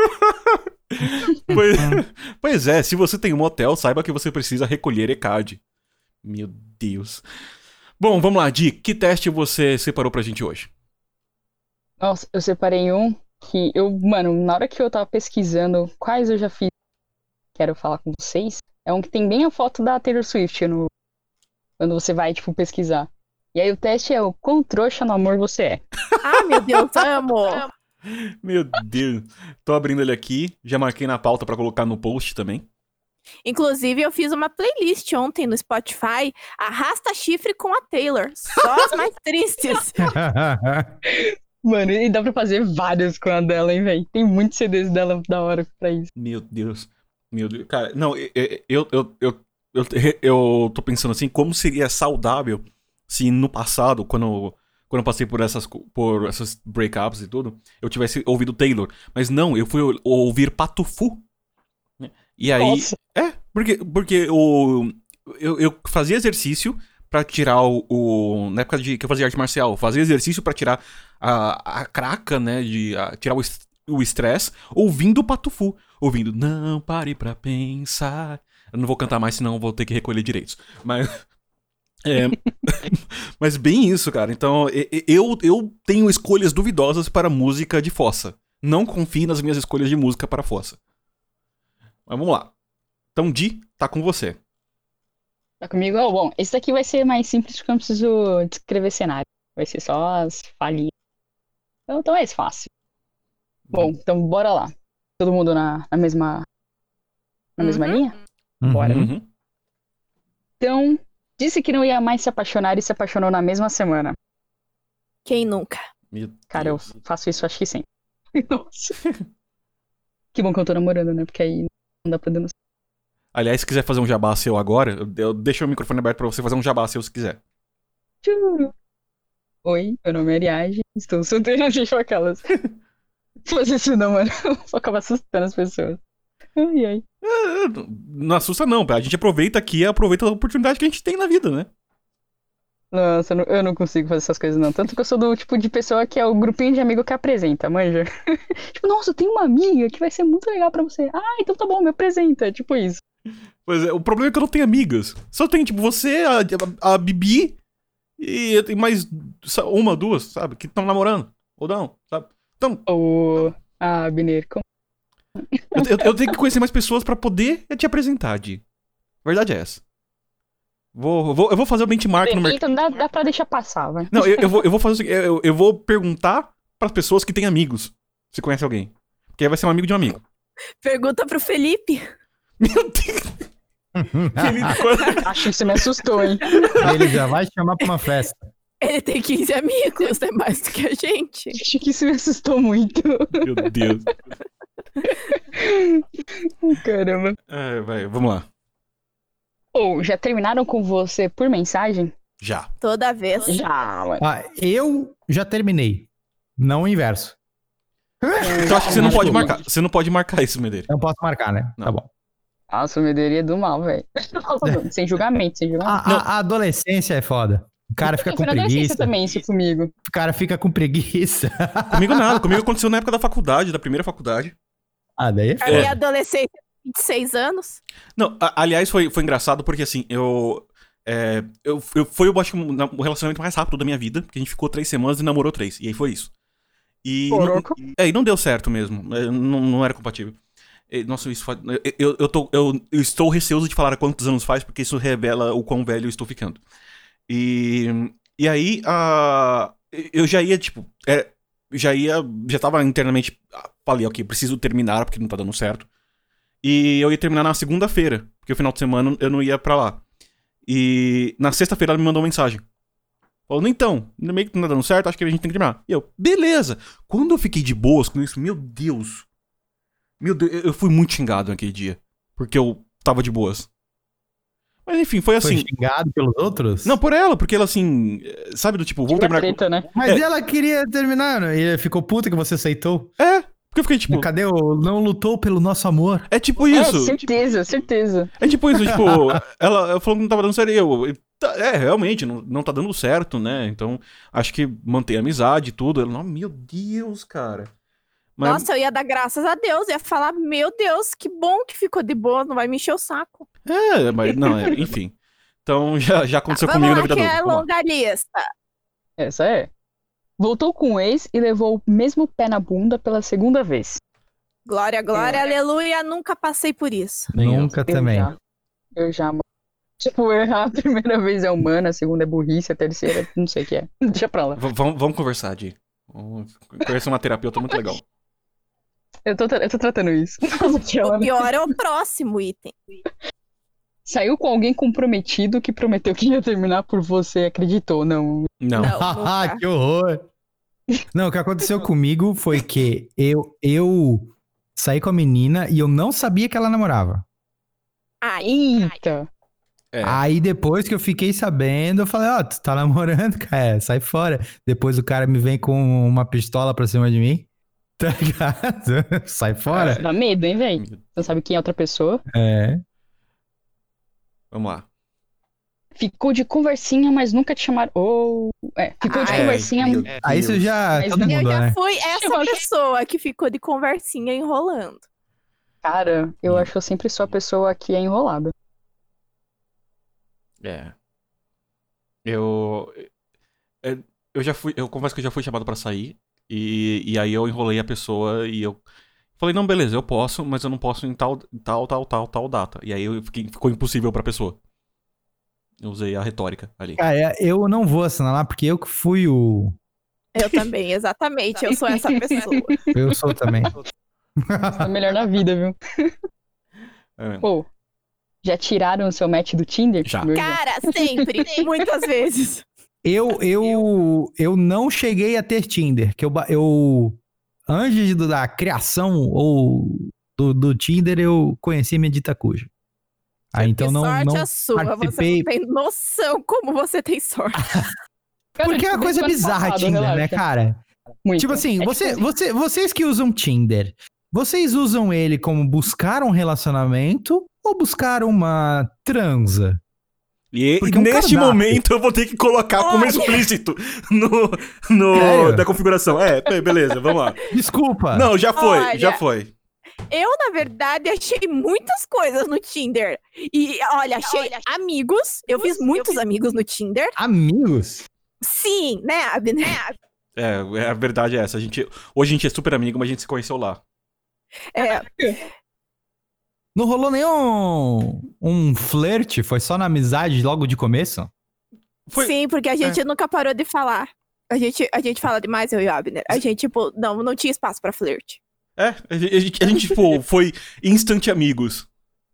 Pois, pois é, se você tem um motel, saiba que você precisa recolher E C A D. Meu Deus. Bom, vamos lá, Di, que teste você separou pra gente hoje? Nossa, eu separei um que eu, mano, na hora que eu tava pesquisando quais eu já fiz, quero falar com vocês, é um que tem bem a foto da Taylor Swift no, quando você vai, tipo, pesquisar. E aí o teste é o quão trouxa no amor você é. Ah, meu Deus, amo. Meu Deus. Tô abrindo ele aqui, já marquei na pauta pra colocar no post também. Inclusive, eu fiz uma playlist ontem no Spotify, Arrasta Chifre com a Taylor. Só as mais tristes. Mano, e dá pra fazer vários com a dela, hein, velho? Tem muitos C Ds dela da hora pra isso. Meu Deus. Meu Deus. Cara, não, eu, eu, eu, eu, eu, eu tô pensando assim, como seria saudável se no passado, quando, quando eu passei por essas, por essas breakups e tudo, eu tivesse ouvido Taylor. Mas não, eu fui ouvir Patufu. E aí... Nossa. É, porque, porque o, eu, eu fazia exercício pra tirar o, o... Na época de, que eu fazia arte marcial, eu fazia exercício pra tirar a, a craca, né? De a, tirar o estresse, ouvindo o Patufu. Ouvindo, não pare pra pensar. Eu não vou cantar mais, senão eu vou ter que recolher direitos. Mas... É, mas bem isso, cara. Então, eu, eu tenho escolhas duvidosas para música de fossa. Não confie nas minhas escolhas de música para fossa. Mas vamos lá. Então, Di, tá com você. Tá comigo? Oh, bom, esse daqui vai ser mais simples porque eu não preciso descrever cenário. Vai ser só as falhinhas. Então, então é mais fácil. Bom, então bora lá. Todo mundo na, na mesma na Uhum. mesma linha? Uhum. Bora. Uhum. Então, disse que não ia mais se apaixonar e se apaixonou na mesma semana. Quem nunca? Meu Cara, eu Deus. faço isso acho que sempre. Nossa. Que bom que eu tô namorando, né? Porque aí não dá pra denunciar. Aliás, se quiser fazer um jabá seu agora, eu, eu deixo o microfone aberto pra você fazer um jabá seu se quiser. Juro. Oi, meu nome é Ariage, estou solteira, gente, aquelas. Não faz isso não, mano. Só acaba assustando as pessoas. Ai, ai. É, não- não assusta não, a gente aproveita aqui e aproveita a oportunidade que a gente tem na vida, né? Nossa, eu não, eu não consigo fazer essas coisas não. Tanto que eu sou do tipo de pessoa que é o grupinho de amigo que apresenta, manja. Tipo, nossa, eu tenho uma amiga que vai ser muito legal pra você. Ah, então tá bom, me apresenta. Tipo isso. Pois é, o problema é que eu não tenho amigas. Só tem, tipo, você, a, a, a Bibi e tem mais só uma, duas, sabe? Que estão namorando. Ou não, sabe? Então, Ou a Abner. Como... eu, eu- eu tenho que conhecer mais pessoas pra poder te apresentar, Di. A verdade é essa. Vou, eu vou, eu vou fazer o benchmark no mercado. Então dá, dá pra deixar passar, vai. Não, eu, eu, vou, eu vou fazer o seguinte, eu, eu vou perguntar pras pessoas que têm amigos. Se conhece alguém. Porque aí vai ser um amigo de um amigo. Pergunta pro Felipe. Meu Deus. Felipe, quando- Acho que isso me assustou, hein? Ele já vai te chamar pra uma festa. Ele tem quinze amigos, é mais do que a gente. Acho que isso me assustou muito. Meu Deus. Caramba. É, vai, vamos lá. Ou, já terminaram com você por mensagem? Já. Toda vez. Já, mano. Ah, eu já terminei. Não o inverso. Então acho que você não pode marcar. Você não pode marcar isso, Medeiros. Não posso marcar, né? Não. Tá bom. Nossa, mederia do mal, velho. Sem julgamento, sem A, julgamento. a- a adolescência é foda. O cara fica com Foi na adolescência preguiça. também isso comigo. O cara fica com preguiça. Comigo nada, comigo aconteceu na época da faculdade, da primeira faculdade. Ah, daí é A foda. minha adolescência, vinte e seis anos. Não, a- aliás, foi, foi engraçado porque assim, eu. É, eu, eu foi, eu acho que um- o relacionamento mais rápido da minha vida, porque a gente ficou três semanas e namorou três. E aí foi isso. E. Não, Coroco. é, e não deu certo mesmo. é, Não, não era compatível. E, Nossa, isso faz. Eu, eu, eu, tô, eu, eu estou receoso de falar há quantos anos faz, porque isso revela o quão velho eu estou ficando. E. E aí, a, eu já ia, tipo. É, já ia. Já tava internamente. Falei, ok, preciso terminar, porque não tá dando certo. E eu ia terminar na segunda-feira, porque o final de semana eu não ia pra lá. E na sexta-feira ela me mandou uma mensagem. Falando, então, meio que não tá dando certo, acho que a gente tem que terminar. E eu, beleza. Quando eu fiquei de boas com isso, meu Deus. Meu Deus, eu eu fui muito xingado naquele dia. Porque eu tava de boas. Mas enfim, foi Foi assim. xingado pelos outros? Não, por ela, porque ela assim. eh, Sabe do tipo, vou Uma terminar com. treta, né? Mas É. ela queria terminar, né? E ele ficou puta que você aceitou. É, porque eu fiquei tipo. Cadê o... Não lutou pelo nosso amor? É tipo É, isso. certeza, certeza. É tipo isso, tipo, ela, ela falou que não tava dando certo. e Eu, e tá- é, realmente, não, não tá dando certo, né? Então, acho que mantém a amizade e tudo. Ela, não, meu Deus, cara. Mas, Nossa, eu ia dar graças a Deus. Ia falar, meu Deus, que bom que ficou de boa, não vai me encher o saco. é, mas não, é, enfim. Então, já, já aconteceu Vamos comigo lá, na vida que adulta. é Vamos lá. longa lista. Essa é. Voltou com o ex e levou o mesmo pé na bunda pela segunda vez. Glória, glória, É. aleluia. Nunca passei por isso. Nem eu. Nunca Eu também. já. Eu já, mano. Tipo, errar a primeira vez é humana, a segunda é burrice, a terceira não sei o que é. Deixa pra lá. V- vamos, vamos conversar, Di. Vamos conhecer uma terapeuta muito legal. Eu tô, tra- eu tô tratando isso. O pior é o próximo item. Saiu com alguém comprometido que prometeu que ia terminar por você, acreditou, não. Não. Não, Ah, nunca. que horror. Não, o que aconteceu comigo foi que eu, eu saí com a menina e eu não sabia que ela namorava. Ai, Eita! É. Aí depois que eu fiquei sabendo, eu falei, ó, tu tá namorando, cara, sai fora. Depois o cara me vem com uma pistola pra cima de mim. Tá ligado? Sai fora. Dá medo, hein, velho? Você não sabe quem é outra pessoa. É. Vamos lá. Ficou de conversinha, mas nunca te chamaram. Ou. É, ficou de Ai, conversinha. meu Aí isso Deus. já. Mas Todo não- eu mundo, já né? fui essa Eu acho- pessoa que ficou de conversinha enrolando. Cara, eu Hum. acho que eu sempre sou a pessoa que é enrolada. É. Eu. é, Eu já fui. Eu confesso que eu já fui chamado pra sair. E, e aí eu enrolei a pessoa e eu. Falei, não, beleza, eu posso, mas eu não posso em tal, tal, tal, tal, tal data. E aí eu fiquei, ficou impossível pra pessoa. Eu usei a retórica ali. Cara, eu não vou assinalar porque eu que fui o. Eu também, exatamente. Eu sou essa pessoa. Eu sou também. É melhor na vida, viu? É. Pô, já tiraram o seu match do Tinder? Já. Meu, Cara, sempre, muitas vezes. Eu, eu, eu não cheguei a ter Tinder, que eu, ba- eu antes do- da criação ou do, do Tinder, eu conheci Medita Cuja. Aí então que não, sorte não a sua. participei. Você não tem noção como você tem sorte. Cara, Porque é uma eu coisa descobri bizarra semana Tinder, passada, né, relaxa. cara? Muito. Tipo assim, É você, tipo- você, vocês que usam Tinder, vocês usam ele como buscar um relacionamento ou buscar uma transa? E Porque é um neste cardápio. momento eu vou ter que colocar como Olha. explícito no, no Sério? da configuração. É, be- beleza, vamos lá. Desculpa. Não, já foi, Olha. já foi. Eu, na verdade, achei muitas coisas no Tinder. E, olha, achei amigos. Eu fiz muitos amigos no Tinder. Amigos? Sim, né, Abner? É, é, a verdade é essa. A gente, hoje a gente é super amigo, mas a gente se conheceu lá. É, Não rolou nenhum um flerte? Foi só na amizade logo de começo? Foi- Sim, porque a gente nunca parou de falar. A gente, a gente fala demais, eu e o Abner. A gente, tipo, não, não tinha espaço pra flerte. É, a gente, a gente, a gente, tipo, foi instant amigos.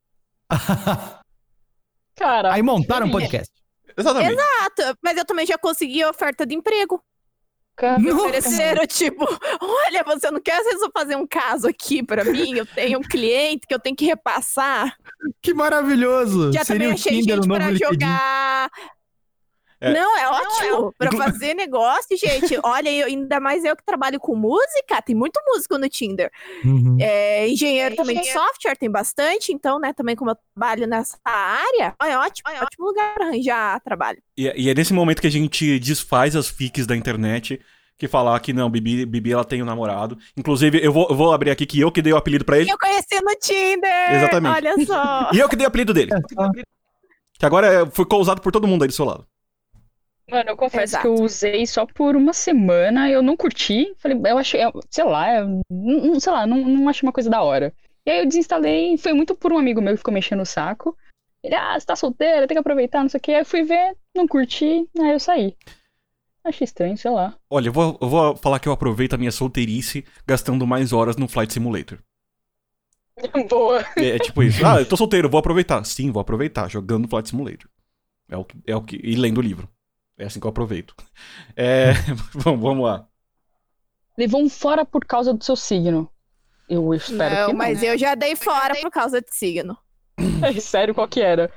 Cara, Aí montaram um podcast. Exatamente. Exato, mas eu também já consegui oferta de emprego. cara, Me Nossa. ofereceram, tipo, olha, você não quer às vezes fazer um caso aqui pra mim? Eu tenho um cliente que eu tenho que repassar. Que maravilhoso! Já Seria também o achei Tinder o gente novo pra LinkedIn. jogar. É. Não, é ótimo. Pra Inclu- fazer negócio, gente. Olha, eu- ainda mais eu que trabalho com música, tem muito músico no Tinder. Uhum. É, engenheiro É, também de engenheiro. software, tem bastante. Então, né, também como eu trabalho nessa área, ó, é ótimo, é ótimo lugar pra arranjar trabalho. E, e é nesse momento que a gente desfaz as fics da internet, que falar que não, Bibi, Bibi ela tem um namorado. Inclusive, eu vou, eu vou abrir aqui que eu que dei o apelido pra ele. Que eu conheci no Tinder. Exatamente. Olha só. E eu que dei o apelido dele. Que agora é- foi usado por todo mundo aí do seu lado. Mano, eu confesso Exato. que eu usei só por uma semana, eu não curti. Falei, eu achei, eu- sei lá, eu, não, sei lá, não, não achei uma coisa da hora. E aí eu desinstalei, foi muito por um amigo meu que ficou mexendo o saco. Ele, ah, você tá solteira, tem que aproveitar, não sei o quê. Aí eu fui ver, não curti, aí eu saí. Achei estranho, sei lá. Olha, eu vou, eu vou falar que eu aproveito a minha solteirice gastando mais horas no Flight Simulator. Boa. É, é tipo isso. Ah, eu tô solteiro, vou aproveitar. Sim, vou aproveitar, jogando Flight Simulator. É o que, é o que, e lendo o livro. É assim que eu aproveito. É, vamos, vamos lá. Levou um fora por causa do seu signo. Eu espero Não, que não. mas eu já dei fora por causa de signo. Sério, qual que era?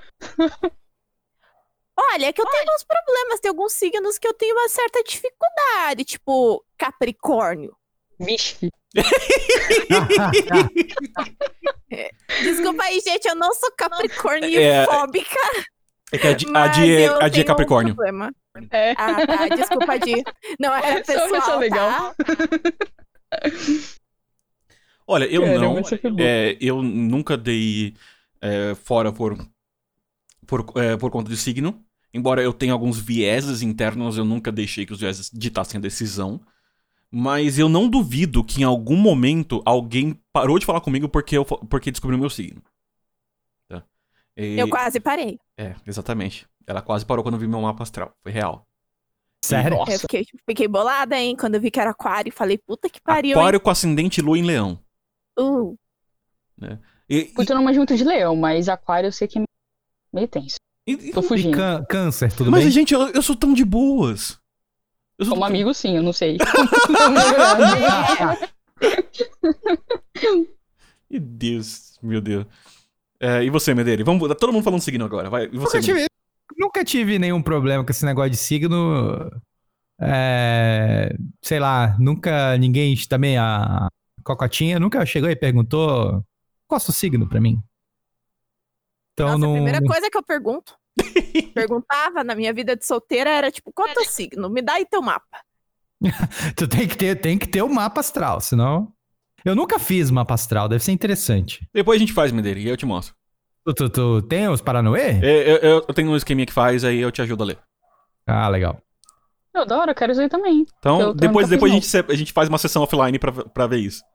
Olha, é que eu tenho alguns problemas. Tem alguns signos que eu tenho uma certa dificuldade. Tipo, Capricórnio. Vixe. Desculpa aí, gente, eu não sou É, capricorniofóbica. É que a Di, a mas Di é, eu a Di é tenho um Capricórnio. problema. É. Ah, tá. Desculpa, Di. Não era Só uma pessoal, pessoa tá? legal. Olha, eu Caramba, não. essa foi boa. É, eu nunca dei é, fora por, por, é, por conta de signo. Embora eu tenha alguns vieses internos, eu nunca deixei que os vieses ditassem a decisão. Mas eu não duvido que em algum momento alguém parou de falar comigo porque, eu, porque descobriu meu signo. Tá? E- Eu quase parei. É, exatamente. Ela quase parou quando viu meu mapa astral. Foi real. Sério? Nossa. Eu fiquei, fiquei bolada, hein? Quando eu vi que era aquário, falei, puta que pariu, Aquário com ascendente lua em leão. hein? Uh, E, e- Curto numa junto de leão, mas aquário eu sei que é meio tenso. e- Tô E fugindo. cân- câncer, tudo mas, bem? gente, eu, eu sou tão de boas. Eu sou Como tão- amigo, sim, eu não sei. Meu Deus, meu Deus. É, e você, Medeira? Vamos, tá todo mundo falando signo agora. Vai, e você? Nunca tive, nunca tive nenhum problema com esse negócio de signo. É, sei lá, nunca ninguém também, a Cocotinha, nunca chegou e perguntou qual é o seu signo pra mim. Então nossa, não. a primeira coisa que eu pergunto, perguntava na minha vida de solteira era, tipo, qual é o teu signo? Me dá aí teu mapa. Tu tem que ter, tem que ter o mapa astral, senão. Eu nunca fiz mapa astral, deve ser interessante. Depois a gente faz, Medeira, e eu te mostro. Tu, tu, tu tem os Paranauê? É, Eu, eu- eu tenho um esqueminha que faz, aí eu te ajudo a ler. Ah, legal. Eu adoro, eu quero isso aí também. Então, Eu também depois, nunca depois a, fiz, gente, se- a gente faz uma sessão offline pra, pra ver isso.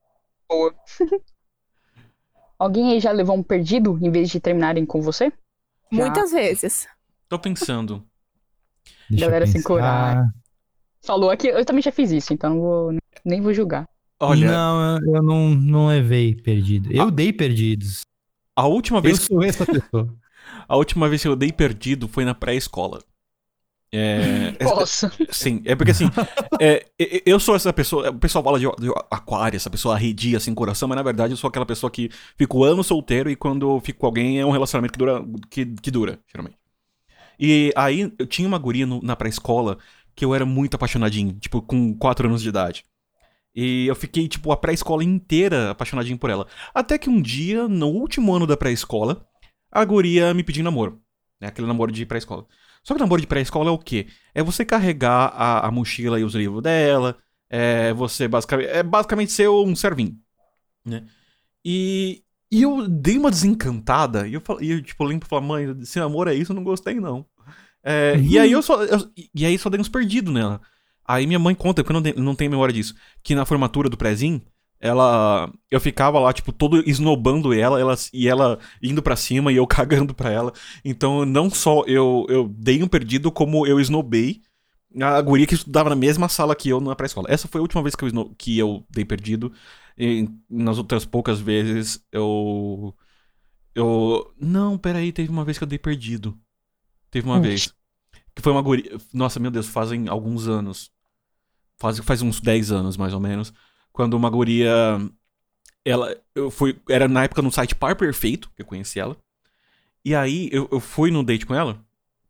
Alguém aí já levou um perdido em vez de terminarem com você? Já. Muitas vezes. Tô pensando. Deixa Galera eu sem pensar. coragem. Falou aqui, eu também já fiz isso, então não vou, nem vou julgar. Olha, Não, eu não, não levei perdido. Eu dei perdidos. a última Eu vez, sou essa pessoa. a última vez que eu dei perdido foi na pré-escola. É, é- Nossa. sim, é porque assim, é, e- e- eu sou essa pessoa, o pessoal fala de, de aquário, essa pessoa arredia sem coração, mas na verdade eu sou aquela pessoa que fico anos solteiro e quando eu fico com alguém é um relacionamento que dura, que, que dura, geralmente. E aí eu tinha uma guria no- na pré-escola que eu era muito apaixonadinho, tipo, com quatro anos de idade. E eu fiquei, tipo, a pré-escola inteira apaixonadinho por ela. Até que um dia, no último ano da pré-escola, a guria me pediu namoro. Né? Aquele namoro de pré-escola. Só que namoro de pré-escola é o quê? É você carregar a, a mochila e os livros dela. É você basicamente. É basicamente ser um servinho. Né? E, e eu dei uma desencantada. E eu, fal- e eu tipo, lembro e falar, mãe, esse namoro é isso, eu não gostei, não. É, E aí eu só. eu- e aí só dei uns perdidos nela. Aí minha mãe conta, porque eu não, tenho- não tenho memória disso, que na formatura do prézinho, ela. Eu ficava lá, tipo, todo esnobando ela, ela e ela indo pra cima e eu cagando pra ela. Então, não só eu, eu dei um perdido, como eu esnobei a guria que estudava na mesma sala que eu na pré-escola. Essa foi a última vez que eu, esno- que eu dei perdido. E nas outras poucas vezes eu. Eu. Não, peraí, teve uma vez que eu dei perdido. Teve uma Hum. vez. Que foi uma guria. Nossa, meu Deus, fazem alguns anos. Faz, faz uns dez anos, mais ou menos. Quando uma guria. Ela. Eu fui. Era na época no site Par Perfeito, que eu conheci ela. E aí eu, eu fui no date com ela.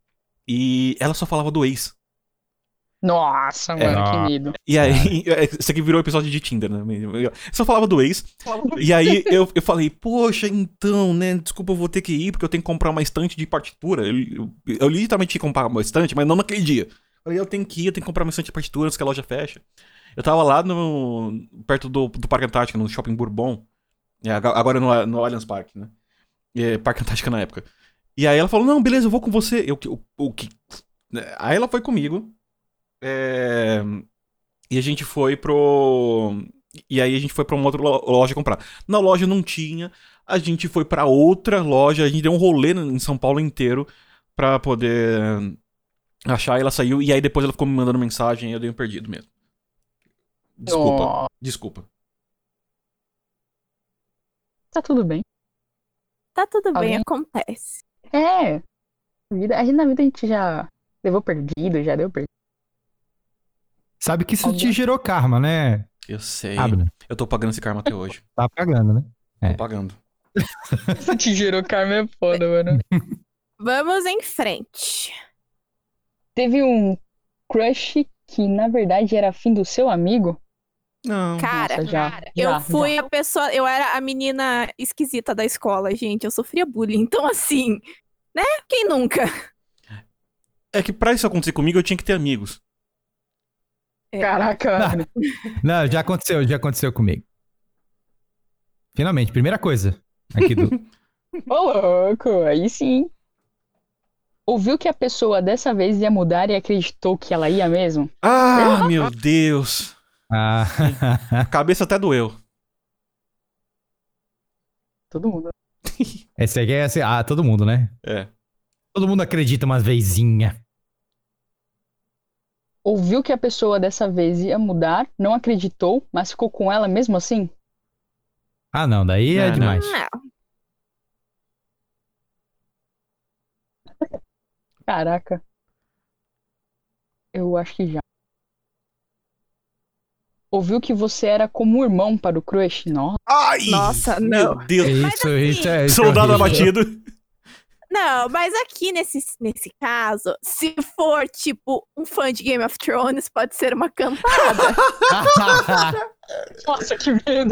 E ela só falava do ex. Nossa, É. mano, que medo. E aí, isso aqui virou episódio de Tinder, né? Só falava do ex. E aí eu, eu falei, poxa, então, né? Desculpa, eu vou ter que ir, porque eu tenho que comprar uma estante de partitura. Eu, eu, eu literalmente tinha que comprar uma estante, mas não naquele dia. Eu falei, eu tenho que ir, eu tenho que comprar uma estante de partituras, que a loja fecha. Eu tava lá no, perto do, do Parque Antártica, no Shopping Bourbon. É, agora no, no Allianz Parque, né? É, Parque Antártica na época. E aí ela falou, não, beleza, eu vou com você. Eu, o, o que... Aí ela foi comigo. É... E a gente foi pro... E aí a gente foi pra uma outra loja comprar. Na loja não tinha. A gente foi pra outra loja. A gente deu um rolê em São Paulo inteiro pra poder achar. E ela saiu. E aí depois ela ficou me mandando mensagem e eu dei um perdido mesmo. Desculpa. Oh. Desculpa. Tá tudo bem. Tá tudo bem, Alguém? acontece. É. A vida- a gente na vida a gente já levou perdido, já deu perdido. Sabe que isso te Alguém? gerou karma, né, Eu sei. Abner? Eu tô pagando esse karma até hoje. Tá pagando, né? É. Tô pagando. Isso te gerou karma é foda, mano. Vamos em frente. Teve um crush que, na verdade, era afim do seu amigo? Não. Cara, Nossa, já, eu já, fui já. a pessoa, eu era a menina esquisita da escola, gente. Eu sofria bullying. Então, assim, né? Quem nunca? É que pra isso acontecer comigo eu tinha que ter amigos. É. Caraca, Não. mano. Não, já aconteceu, já aconteceu comigo. Finalmente, primeira coisa aqui do... Ô, louco, aí sim. Ouviu que a pessoa dessa vez ia mudar e acreditou que ela ia mesmo? Ah, meu Deus. Ah, A cabeça até doeu. Todo mundo. esse aqui é assim, ah, todo mundo, né? É. Todo mundo acredita umas vezinha. Ouviu que a pessoa dessa vez ia mudar, não acreditou, mas ficou com ela mesmo assim? Ah, não, daí é Não, demais. Não. Caraca. Eu acho que já. Ouviu que você era como um irmão para o crush? Nossa. Ai! Nossa, Meu não. Deus. Isso, isso é... isso é Soldado horrível. abatido. Não, mas aqui nesse, nesse caso, se for tipo um fã de Game of Thrones, pode ser uma cantada. Nossa, que medo.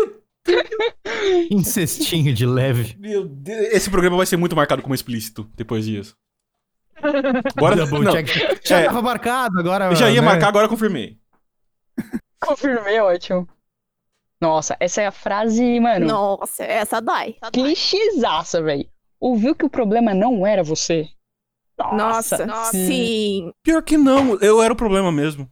Incestinho de leve. Meu Deus. Esse programa vai ser muito marcado como explícito depois disso. Agora Double não. check. Já É. tava marcado, agora... Eu já ia né? marcar, agora eu confirmei. Confirmei, ótimo. Nossa, essa é a frase, mano, Nossa, essa dói. clichêzaça, velho. Ouviu que o problema não era você? Nossa, sim. Pior que não, eu era o problema mesmo.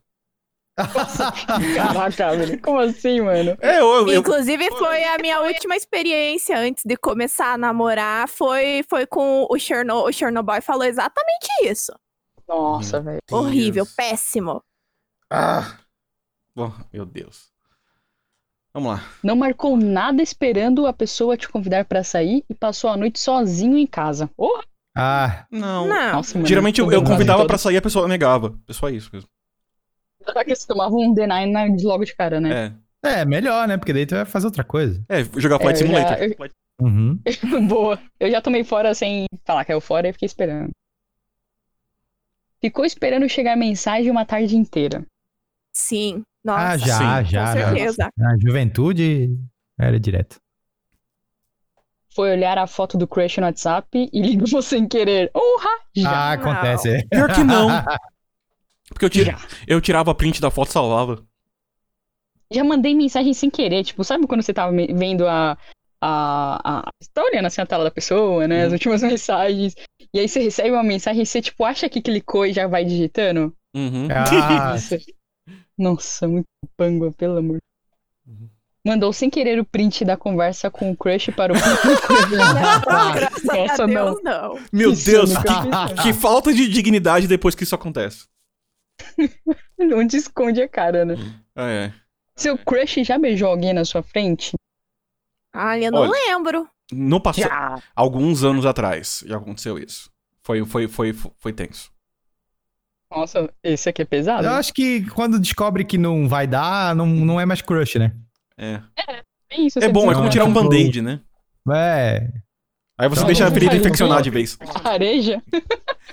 Caraca, velho. Como assim, mano? É, eu, eu, Inclusive, foi a minha última experiência antes de começar a namorar. Foi, foi com o Chernobyl. O Chernobyl falou exatamente isso. Nossa, velho. Deus. Horrível, péssimo. Ah. Bom, meu Deus. Vamos lá. Não marcou nada esperando a pessoa te convidar pra sair e passou a noite sozinho em casa. Oh, Ah, Não. Não. nossa, mano. Geralmente eu, eu Todo- convidava todo- pra sair e a pessoa negava. É só isso mesmo. Será que você tomava um deny na- logo de cara, né? É. é melhor, né? Porque daí tu vai fazer outra coisa. É, jogar Flight É, eu já- Simulator. eu- Flight- Uhum. Boa. Eu já tomei fora sem falar que caiu fora e fiquei esperando. Ficou esperando chegar mensagem uma tarde inteira. Sim. Nossa. Ah, já, sim, já. com já. certeza. Na juventude era direto. Foi olhar a foto do crush no WhatsApp e ligou sem querer. Honra! Já. Ah, acontece. é. Pior que não. Porque eu, tira, Já. eu tirava a print da foto e salvava. Já mandei mensagem sem querer. Tipo, sabe quando você tava me- vendo a. a, a você tá olhando assim a tela da pessoa, né? As Uhum. últimas mensagens. E aí você recebe uma mensagem e você, tipo, acha que clicou e já vai digitando? Uhum. Ah, Isso. Nossa, muito pangua, pelo amor. Uhum. Mandou sem querer o print da conversa com o crush para o Não, graças Essa a não. Deus, não. Meu Isso Deus, eu nunca que, fiz. que falta de dignidade depois que isso acontece. Onde esconde a cara, né? É, é. Seu crush já beijou alguém na sua frente? Ai, eu não Olha. lembro. No passado, Já. alguns anos atrás, já aconteceu isso. Foi, foi, foi, foi tenso. Nossa, esse aqui é pesado. eu acho que quando descobre que não vai dar, não, não é mais crush, né? É, É, isso, é você bom, é diz, como né? tirar um tipo- band-aid, né? É. Aí você Não, deixa a não ferida faz infeccionar isso. de vez. Areja?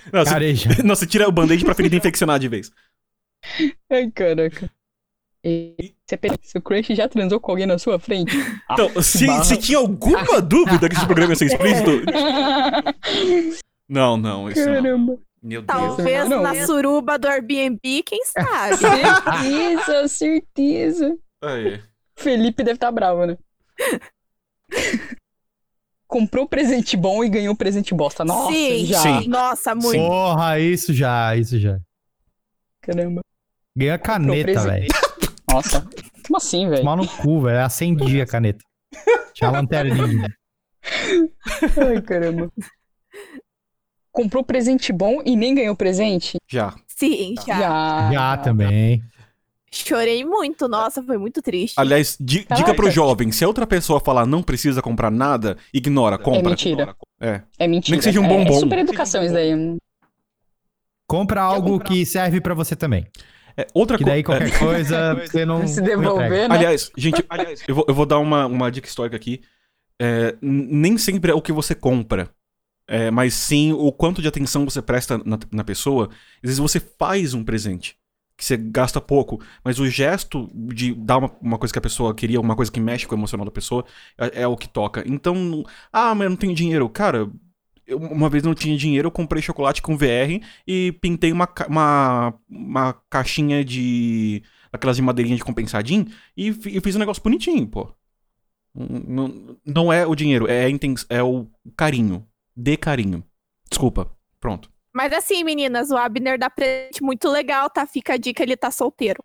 Não, você, Careja. não, você tira o band-aid pra ferida infeccionar de vez. Ai, caraca. E você pensa, se o crush já transou com alguém na sua frente? Então, se, barra. se tinha alguma dúvida que esse programa ia ser explícito... Não, não, isso não. Caramba. Meu Deus. Talvez Não, na eu- suruba do Airbnb, quem sabe? Certeza, certeza. Aí. Felipe deve estar bravo, né? Comprou presente bom e ganhou presente bosta. Nossa, Sim. já. Sim. Nossa, muito. Porra, isso já, isso já. Caramba. Ganhei a caneta, presente. velho. Nossa. Como assim, velho? Tomar no cu, velho. Acendi a caneta. Tinha a lanterninha. Ai, caramba. Comprou presente bom e nem ganhou presente? Já. Sim, já. Já. Já também. Chorei muito, nossa, foi muito triste. Aliás, di- dica Caraca. pro jovem, se a outra pessoa falar não precisa comprar nada, ignora, compra. É mentira. É. É mentira. Nem que seja um É- bombom. É super educação isso daí. Compra algo que serve pra você também. É, outra Que coisa... daí qualquer coisa você não... Se não entrega. devolver, né? Aliás, gente, eu, vou, eu vou dar uma, uma dica histórica aqui. É, n- nem sempre é o que você compra, é, mas sim o quanto de atenção você presta na, na pessoa. Às vezes você faz um presente, que você gasta pouco, mas o gesto de dar uma, uma coisa que a pessoa queria, uma coisa que mexe com o emocional da pessoa, é, é o que toca. Então, ah, mas eu não tenho dinheiro. Cara, eu, uma vez não tinha dinheiro, eu comprei chocolate com V R e pintei uma, ca- uma, uma caixinha de... aquelas de madeirinha de compensadinho e, fi- e fiz um negócio bonitinho, pô. Não, não é o dinheiro, é, a inten- é o carinho. Dê carinho. Desculpa. Pronto. Mas assim, meninas, o Abner dá presente muito legal, tá? Fica a dica, ele tá solteiro.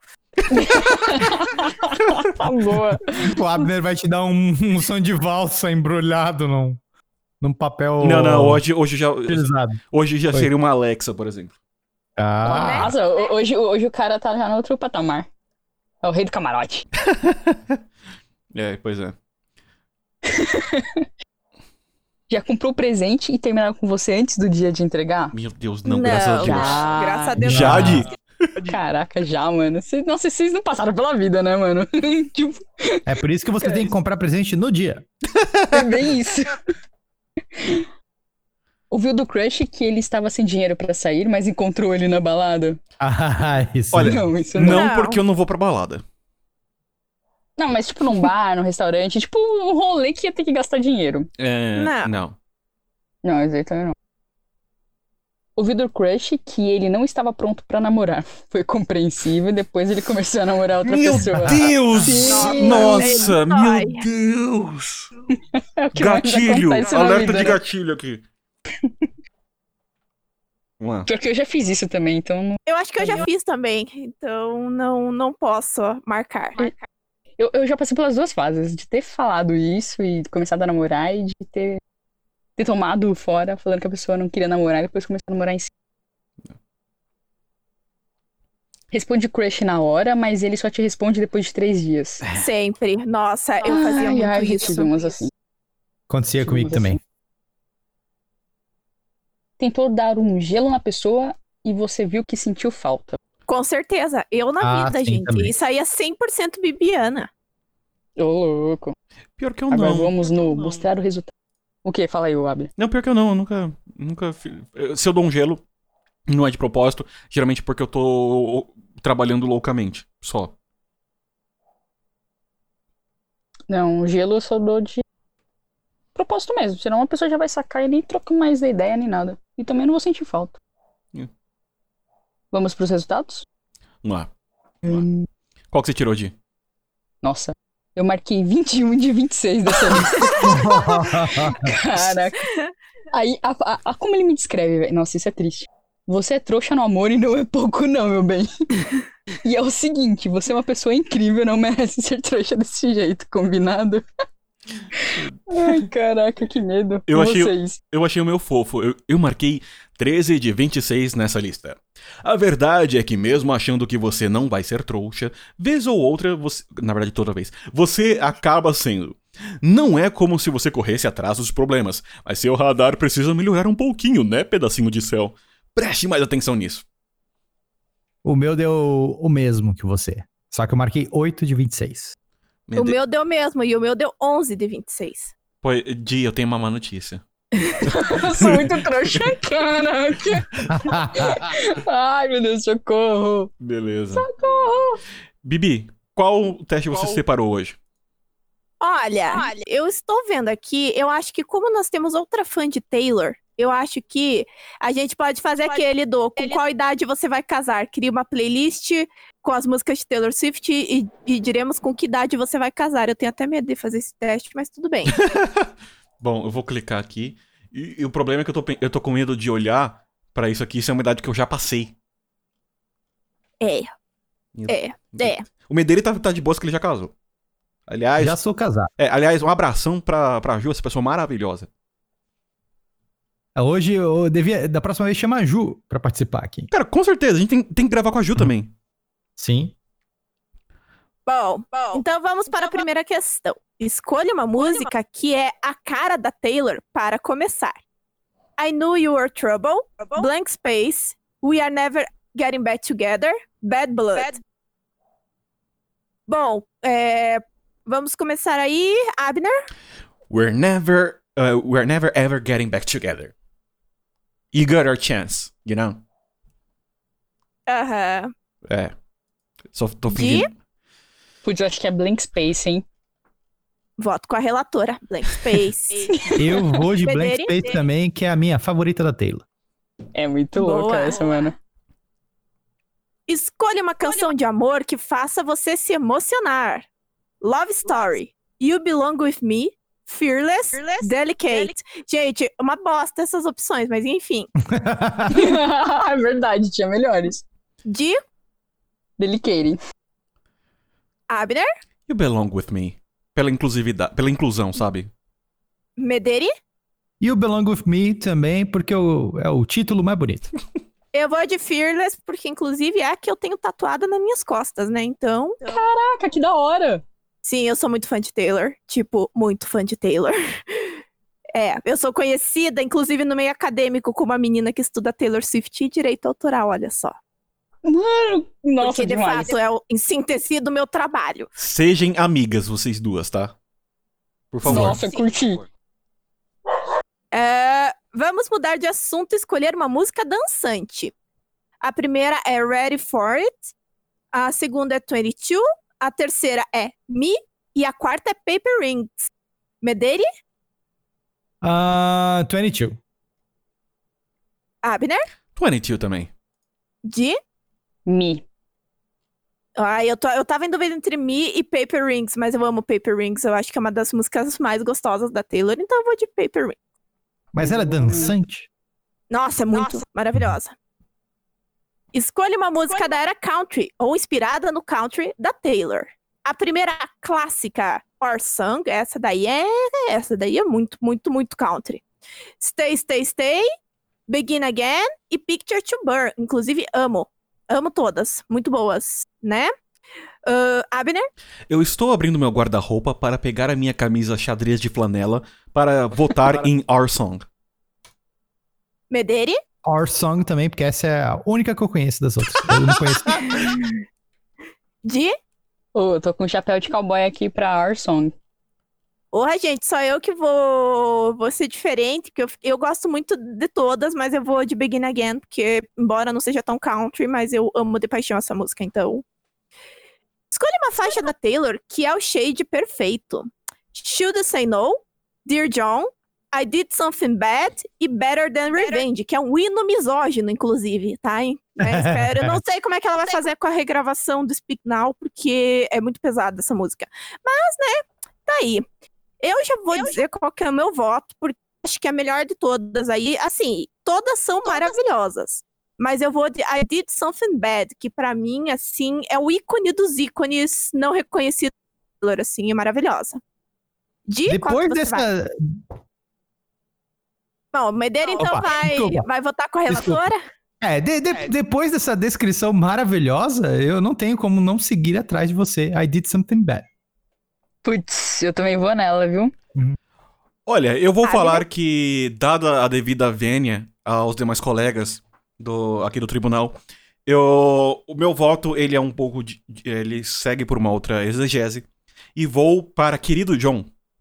Tá boa. O Abner vai te dar um, um som de valsa embrulhado num, num papel... Não, não, hoje, hoje já, utilizado. hoje já Oi. seria uma Alexa, por exemplo. Ah, Nossa, ho- hoje, hoje o cara tá já no outro patamar. É o rei do camarote. É, pois é. Já comprou presente e terminaram com você antes do dia de entregar? Meu Deus, não, graças a Deus. Já. Graças a Deus. Jade? Caraca, já, mano. Cês, nossa, vocês não passaram pela vida, né, mano? Tipo, é por isso que você tem que comprar presente no dia. é bem isso. Ouviu do crush que ele estava sem dinheiro pra sair, mas encontrou ele na balada? Ah, isso. Olha, Não, isso não. Não, Não. porque eu não vou pra balada. Não, mas tipo num bar, num restaurante, tipo um rolê que ia ter que gastar dinheiro. É, Não. não. Não, isso aí também não. Ouviu do crush que ele não estava pronto pra namorar. Foi compreensivo e depois ele começou a namorar outra Meu pessoa. Deus! Sim. Nossa, Ele meu dói. Deus! É o que mais Gatilho! acontece na Alerta vida, de né? gatilho aqui. Vamos lá. Pior que eu já fiz isso também, então não- Eu acho que eu já fiz também, então não, não posso marcar. eu, eu já passei pelas duas fases, de ter falado isso e começado a namorar e de ter, ter tomado fora falando que a pessoa não queria namorar e depois começar a namorar em si. Responde crush na hora, mas ele só te responde depois de três dias. Sempre. Nossa, eu fazia Ai, muito ai, já isso. tive umas assim. Acontecia comigo também. Tentou dar um gelo na pessoa e você viu que sentiu falta. Com certeza. Eu na Ah, vida, sim, gente. também. Isso aí é cem por cento Bibiana. Ô, louco. Pior que eu Agora não. vamos no mostrar o resultado. O que? Fala aí, Abner. Não, pior que eu não, eu nunca, nunca fi- eu- Se eu dou um gelo, não é de propósito, geralmente porque eu tô trabalhando loucamente, só. Não, gelo eu só dou de propósito mesmo, senão a pessoa já vai sacar e nem troca mais da ideia nem nada. E também não vou sentir falta. Hum. Vamos pros resultados? Vamos lá. Hum. Qual que você tirou de? Nossa, eu marquei vinte e um de vinte e seis dessa lista. Caraca. Aí, a, a- a- como ele me descreve, velho? Nossa, isso é triste. Você é trouxa no amor e não é pouco não, meu bem. E é o seguinte, você é uma pessoa incrível, não merece ser trouxa desse jeito, combinado? Ai, caraca, que medo. Eu achei- Vocês. Eu achei o meu fofo. Eu, eu marquei treze de vinte e seis nessa lista. A verdade é que mesmo achando que você não vai ser trouxa, vez ou outra, você, na verdade toda vez, você acaba sendo. Não é como se você corresse atrás dos problemas, mas seu radar precisa melhorar um pouquinho, né, pedacinho de céu? Preste mais atenção nisso. O meu deu o mesmo que você. Só que eu marquei oito de vinte e seis. Meu o Deus. meu deu mesmo, e o meu deu onze de vinte e seis. Pô, Di, eu tenho uma má notícia. Eu sou muito trouxa, caraca. Ai, meu Deus, socorro. Beleza. Socorro. Bibi, qual teste você Qual? separou hoje? Olha, Olha, eu estou vendo aqui, eu acho que como nós temos outra fã de Taylor, eu acho que a gente pode fazer pode... aquele do com Ele... qual idade você vai casar. Cria uma playlist com as músicas de Taylor Swift e, e diremos com que idade você vai casar. Eu tenho até medo de fazer esse teste, mas tudo bem. Bom, eu vou clicar aqui. E, e o problema é que eu tô, eu tô com medo de olhar pra isso aqui. Isso é uma idade que eu já passei. É. Eu... É. É. O Medeiros tá, tá de boa que ele já casou. Aliás... Já sou casado. É, aliás, um abração pra, pra Ju, essa pessoa maravilhosa. Hoje eu devia, da próxima vez, chamar a Ju pra participar aqui. Cara, com certeza, a gente tem, tem que gravar com a Ju também. Sim. Bom, Bom então vamos para então, a primeira questão. Escolha uma música uma... que é a cara da Taylor para começar. I Knew You Were Trouble, Trouble? Blank Space, We Are Never Getting Back Together, Bad Blood. Bad... Bom, é... vamos começar aí, Abner. We're never, uh, we're never ever getting back together. You got our chance, you know? Aham. Uh-huh. É. Só tô fingindo. Putz, eu acho que é Blank Space, hein? Voto com a relatora. Blank Space. Eu vou de Blank Space também, que é a minha favorita da Taylor. É muito Boa. louca essa, mano. Escolha uma canção de amor que faça você se emocionar. Love Story, You Belong With Me, Fearless, Fearless Delicate. Delic- Gente, uma bosta essas opções, mas enfim. É verdade, tinha melhores. De? Delicate. Abner? You Belong With Me. Pela inclusividade, pela inclusão, sabe? Mederi? You Belong With Me também, porque o, é o título mais bonito. Eu vou de Fearless, porque inclusive é a que eu tenho tatuada nas minhas costas, né? Então... Caraca, que da hora! Sim, eu sou muito fã de Taylor. Tipo, muito fã de Taylor. É, eu sou conhecida, inclusive no meio acadêmico, como a menina que estuda Taylor Swift e direito autoral, olha só. Mano, nossa, porque de demais. fato é o, em síntese do meu trabalho. Sejam amigas vocês duas, tá? Por favor. Nossa, curti. É, vamos mudar de assunto e escolher uma música dançante. A primeira é Ready For It, a segunda é twenty-two, a terceira é Me e a quarta é Paper Rings. Mederi? Uh, twenty-two. Abner? twenty-two também. De? Me. Ah, eu, tô, eu tava em dúvida entre Me e Paper Rings, mas eu amo Paper Rings. Eu acho que é uma das músicas mais gostosas da Taylor, então eu vou de Paper Rings. Mas ela é dançante? Nossa, é muito Nossa. maravilhosa. Escolha uma música da era country, ou inspirada no country da Taylor. A primeira clássica, Our Song, essa daí é, essa daí é muito, muito, muito country. Stay, Stay, Stay, Begin Again e Picture to Burn. Inclusive, amo. Amo todas. Muito boas, né? Uh, Abner? Eu estou abrindo meu guarda-roupa para pegar a minha camisa xadrez de flanela para votar em Our Song. Mederi? Our Song também, porque essa é a única que eu conheço das outras. Eu não conheço. De? Oh, eu tô com um chapéu de cowboy aqui pra Our Song. Porra, gente, só eu que vou, vou ser diferente, porque eu, eu gosto muito de todas, mas eu vou de Begin Again, porque, embora não seja tão country, mas eu amo de paixão essa música, então... Escolha uma faixa da Taylor que é o shade perfeito. Should I Say No, Dear John, I Did Something Bad e Better Than Revenge, que é um hino misógino, inclusive, tá? Hein? É, espero. Eu não sei como é que ela vai fazer com a regravação do Speak Now, porque é muito pesada essa música. Mas, né, tá aí. Eu já vou eu dizer já... qual que é o meu voto, porque acho que é a melhor de todas aí. Assim, todas são todas... maravilhosas. Mas eu vou de I Did Something Bad, que pra mim, assim, é o ícone dos ícones não reconhecidos, assim, é maravilhosa. De Depois dessa... Vai? Bom, o Medeira, então, Opa, vai, vai votar com a relatora? Desculpa. É, de, de, é, depois dessa descrição maravilhosa, eu não tenho como não seguir atrás de você. I Did Something Bad. Putz, eu também vou nela, viu? Uhum. Olha, eu vou ah, falar que, dada a devida vênia aos demais colegas do, aqui do tribunal, eu, o meu voto, ele é um pouco, de, ele segue por uma outra exegese, e vou para Querido John,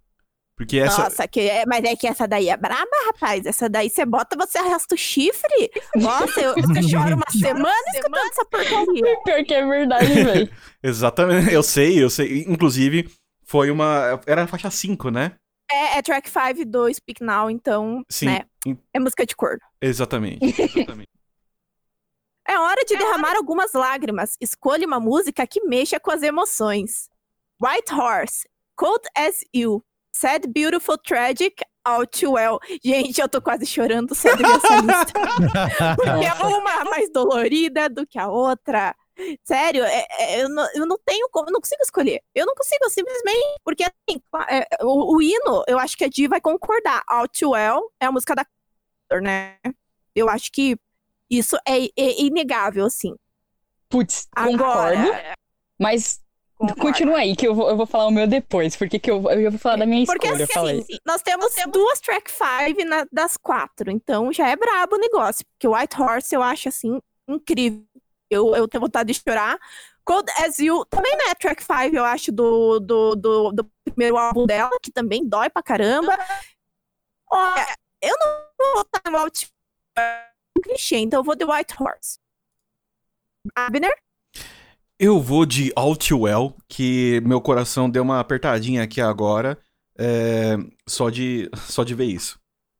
Porque essa... Nossa, que é, mas é que essa daí é braba, rapaz. Essa daí você bota, você arrasta o chifre. Nossa, eu, você chora uma semana escutando essa porcaria. Pior que é verdade, velho. Exatamente, eu sei, eu sei. Inclusive, foi uma... Era a faixa cinco, né? É, é track cinco do Speak Now, então, Sim. né? É música de corno. Exatamente. Exatamente. É hora de derramar algumas lágrimas. Escolha uma música que mexa com as emoções. White Horse, Cold as You, Sad, Beautiful, Tragic, All Too Well. Gente, eu tô quase chorando só de ver essa lista. Porque é uma mais dolorida do que a outra. Sério, é, é, eu, não, eu não tenho como, eu não consigo escolher. Eu não consigo, simplesmente, porque assim, é, o, o hino, eu acho que a Di vai concordar. All Too Well é a música da né? Eu acho que isso é, é inegável, assim. Putz, Agora, concordo, mas concordo. continua aí, que eu vou, eu vou falar o meu depois, porque que eu, eu vou falar da minha Porque escolha, assim, fala aí. nós temos, nós temos duas track five na, das quatro, então já é brabo o negócio. Porque o White Horse eu acho, assim, incrível. Eu, eu tenho vontade de chorar. Cold as You também não é track five, eu acho, do, do, do, do primeiro álbum dela, que também dói pra caramba. Olha, eu não vou votar no White clichê, então eu vou de White Horse. Abner? Eu vou de All Too Well, que meu coração deu uma apertadinha aqui agora, é, só, de, só de ver isso.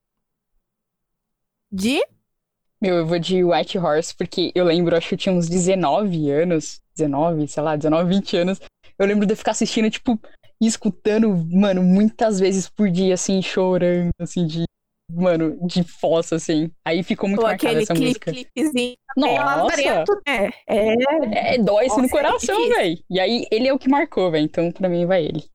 De? Meu, eu vou de White Horse, porque eu lembro, acho que eu tinha uns dezenove anos, dezenove, sei lá, dezenove, vinte anos. Eu lembro de eu ficar assistindo, tipo, e escutando, mano, muitas vezes por dia, assim, chorando, assim, de, mano, de fossa, assim. Aí ficou muito Ou marcada aquele essa clipe, música. clipezinho. Nossa! É, é, É, dói-se no Nossa, é coração, difícil. velho. E aí, ele é o que marcou, velho. Então, pra mim, vai ele.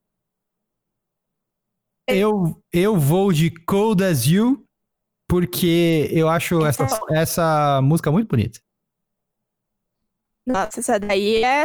Eu, eu vou de Cold as You, porque eu acho essa, essa música muito bonita. Nossa, essa daí é.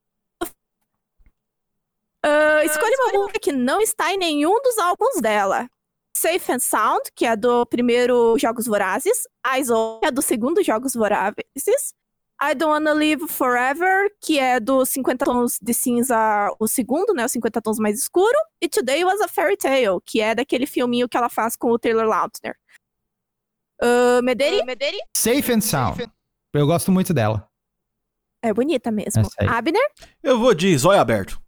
Uh, escolha uma música que não está em nenhum dos álbuns dela. Safe and Sound, que é do primeiro Jogos Vorazes. Eyes On, que é do segundo Jogos Vorazes. I Don't Wanna Live Forever, que é do cinquenta Tons de Cinza, o segundo, né? O cinquenta Tons mais escuro. E Today Was a Fairy Tale, que é daquele filminho que ela faz com o Taylor Lautner. Uh, Mederi? Mederi? Safe and Sound. Eu gosto muito dela. É bonita mesmo. Essa aí. Abner? Eu vou de Zóio Aberto.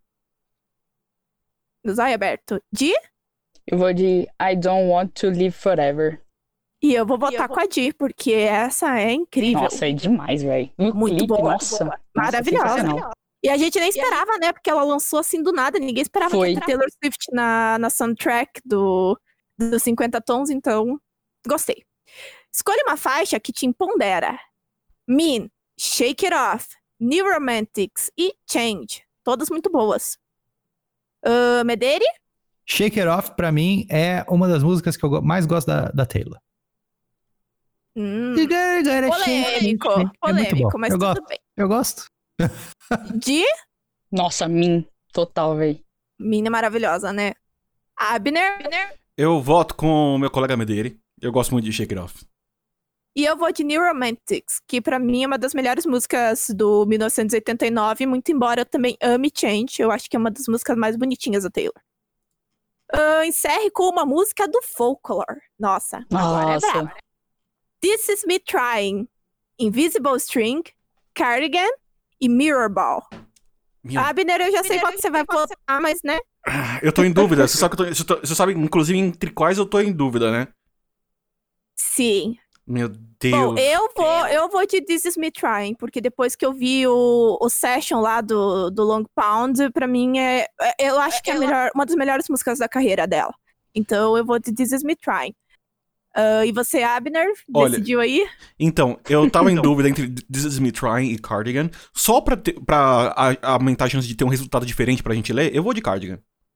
Zóio aberto. Di? Eu vou de I Don't Want to Live Forever. E eu vou votar com a Di, porque essa é incrível. Nossa, é demais, velho. O Muito clipe, boa, nossa. boa. nossa, Maravilhosa. sensacional. E a gente nem esperava, né? Porque ela lançou assim do nada. Ninguém esperava Foi. que Taylor Swift na, na soundtrack do, do cinquenta Tons, então gostei. Escolha uma faixa que te empodera. Mean, Shake It Off, New Romantics e Change. Todas muito boas. Uh, Mederi? Shake It Off, pra mim, é uma das músicas que eu go- mais gosto da, da Taylor. Hum, You gotta- gotta polêmico, shake it. É muito polêmico, bom. mas eu tudo gosto. bem. Eu gosto. Di? Nossa, Min, total, velho. Mina maravilhosa, né? Abner? Eu voto com o meu colega Medeiros. Eu gosto muito de Shake It Off. E eu vou de New Romantics, que pra mim é uma das melhores músicas do mil novecentos e oitenta e nove, muito embora eu também ame Change, eu acho que é uma das músicas mais bonitinhas da Taylor. Uh, encerre com uma música do Folklore. Nossa, agora é Nossa. brava. This Is Me Trying, Invisible String, Cardigan e Mirror Ball. Meu- Abner, eu já sei qual que você vai votar, mas né? Eu tô em dúvida. Você sabe, que eu tô, você tô- você sabe, inclusive, entre quais eu tô em dúvida, né? Sim. Meu Deus. Bom, eu vou, eu vou de This Is Me Trying, porque depois que eu vi o, o session lá do, do Long Pound, pra mim é. é- Eu acho que é a melhor, uma das melhores músicas da carreira dela. Então eu vou de This Is Me Trying. Ah, e você, Abner, Olha, decidiu aí? Então, eu tava em dúvida entre This Is Me Trying e Cardigan. Só pra, ter, pra a- aumentar a chance de ter um resultado diferente pra gente ler, eu vou de Cardigan.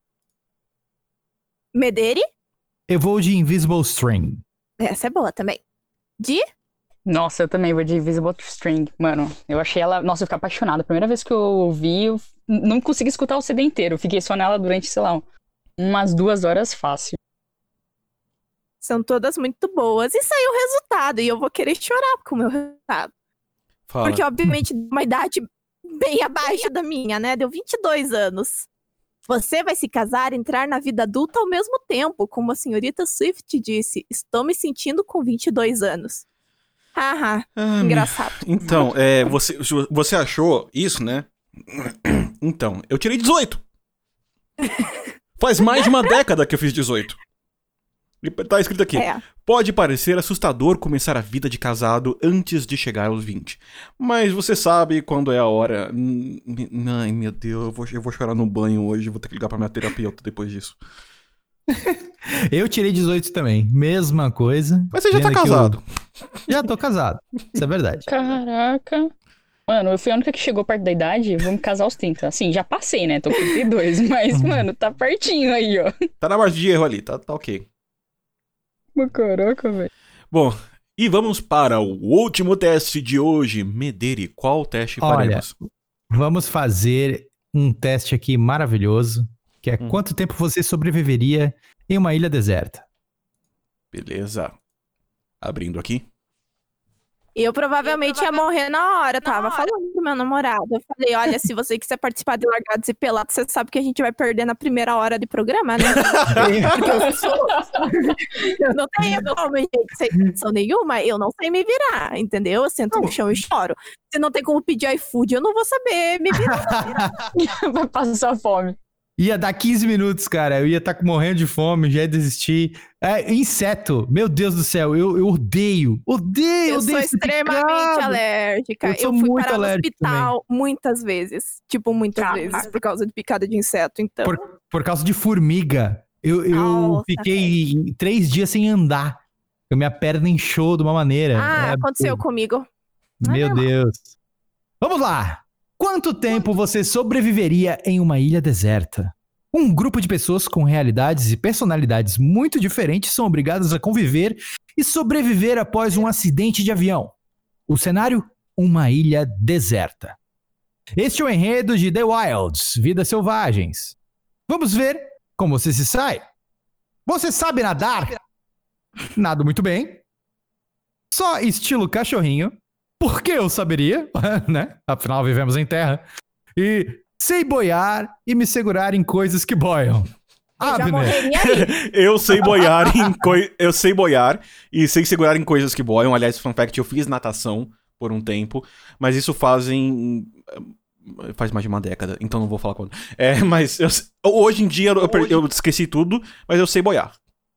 Mederi? Eu vou de Invisible String. Essa é boa também. Di? Nossa, eu também vou de Invisible String. Mano, eu achei ela... Nossa, eu fiquei apaixonada. A primeira vez que eu ouvi, eu não consegui escutar o C D inteiro. Eu fiquei só nela durante, sei lá, umas duas horas fácil. São todas muito boas. E saiu o resultado, e eu vou querer chorar com o meu resultado. Fala. Porque, obviamente, uma idade bem abaixo da minha, né? Deu vinte e dois anos. Você vai se casar e entrar na vida adulta ao mesmo tempo, como a senhorita Swift disse. Estou me sentindo com vinte e dois anos. Haha, Ah, engraçado. minha- Então, é, você, você achou isso, né? Então, eu tirei dezoito. Faz mais de uma década que eu fiz dezoito. E tá escrito aqui. É. Pode parecer assustador começar a vida de casado antes de chegar aos vinte. Mas você sabe quando é a hora. Hum, Ai, meu Deus, eu vou, eu vou chorar no banho hoje. Vou ter que ligar pra minha terapeuta depois disso. Eu tirei dezoito também. Mesma coisa. Mas você já tá Vendo que casado. eu- Já tô casado. Isso é verdade. Caraca. Mano, eu fui a única que chegou perto da idade, vou me casar aos trinta. Assim, já passei, né? Tô com trinta e dois, mas, mano, tá pertinho aí, ó. Tá na margem de erro ali, tá, tá ok. Mas caraca, velho. Bom, e vamos para o último teste de hoje. Mederi, qual teste Olha, faremos? Vamos fazer um teste aqui maravilhoso, que é Hum. quanto tempo você sobreviveria em uma ilha deserta. Beleza. Abrindo aqui. Eu provavelmente ia morrer na hora, eu tava falando pro meu namorado. Eu falei, olha, se você quiser participar de Largados e Pelados, você sabe que a gente vai perder na primeira hora de programa, né? Porque eu sou... eu não tenho como, gente, sem intenção nenhuma, eu não sei me virar, entendeu? Eu sento no chão e choro. Se não tem como pedir iFood, eu não vou saber me virar. Vai passar fome. Ia dar quinze minutos, cara. Eu ia estar morrendo de fome, já ia desistir. É, inseto, meu Deus do céu, eu, eu odeio. Odeio, Eu odeio sou esse extremamente picado. alérgica. Eu Eu, sou fui muito parar no alérgico hospital muitas vezes. Tipo, muitas Caraca. vezes, por causa de picada de inseto, então. Por, por causa de formiga. Eu, eu Nossa, fiquei três dias sem andar. A minha perna inchou de uma maneira. Ah, É aconteceu absurdo. comigo. Meu Ah, Deus. Vamos lá. Quanto tempo você sobreviveria em uma ilha deserta? Um grupo de pessoas com realidades e personalidades muito diferentes são obrigadas a conviver e sobreviver após um acidente de avião. O cenário? Uma ilha deserta. Este é o enredo de The Wilds, Vidas Selvagens. Vamos ver como você se sai. Você sabe nadar? Nado muito bem. Só estilo cachorrinho. Por que eu saberia? Né? Afinal, vivemos em terra. E sei boiar e me segurar em coisas que boiam. Eu já Abner. morreria aí. Eu sei boiar em coi... Eu sei boiar e sei segurar em coisas que boiam. Aliás, fun fact, eu fiz natação por um tempo, mas isso fazem... Faz mais de uma década, então não vou falar quando. É, mas eu... hoje em dia eu, per... eu esqueci tudo, mas eu sei boiar.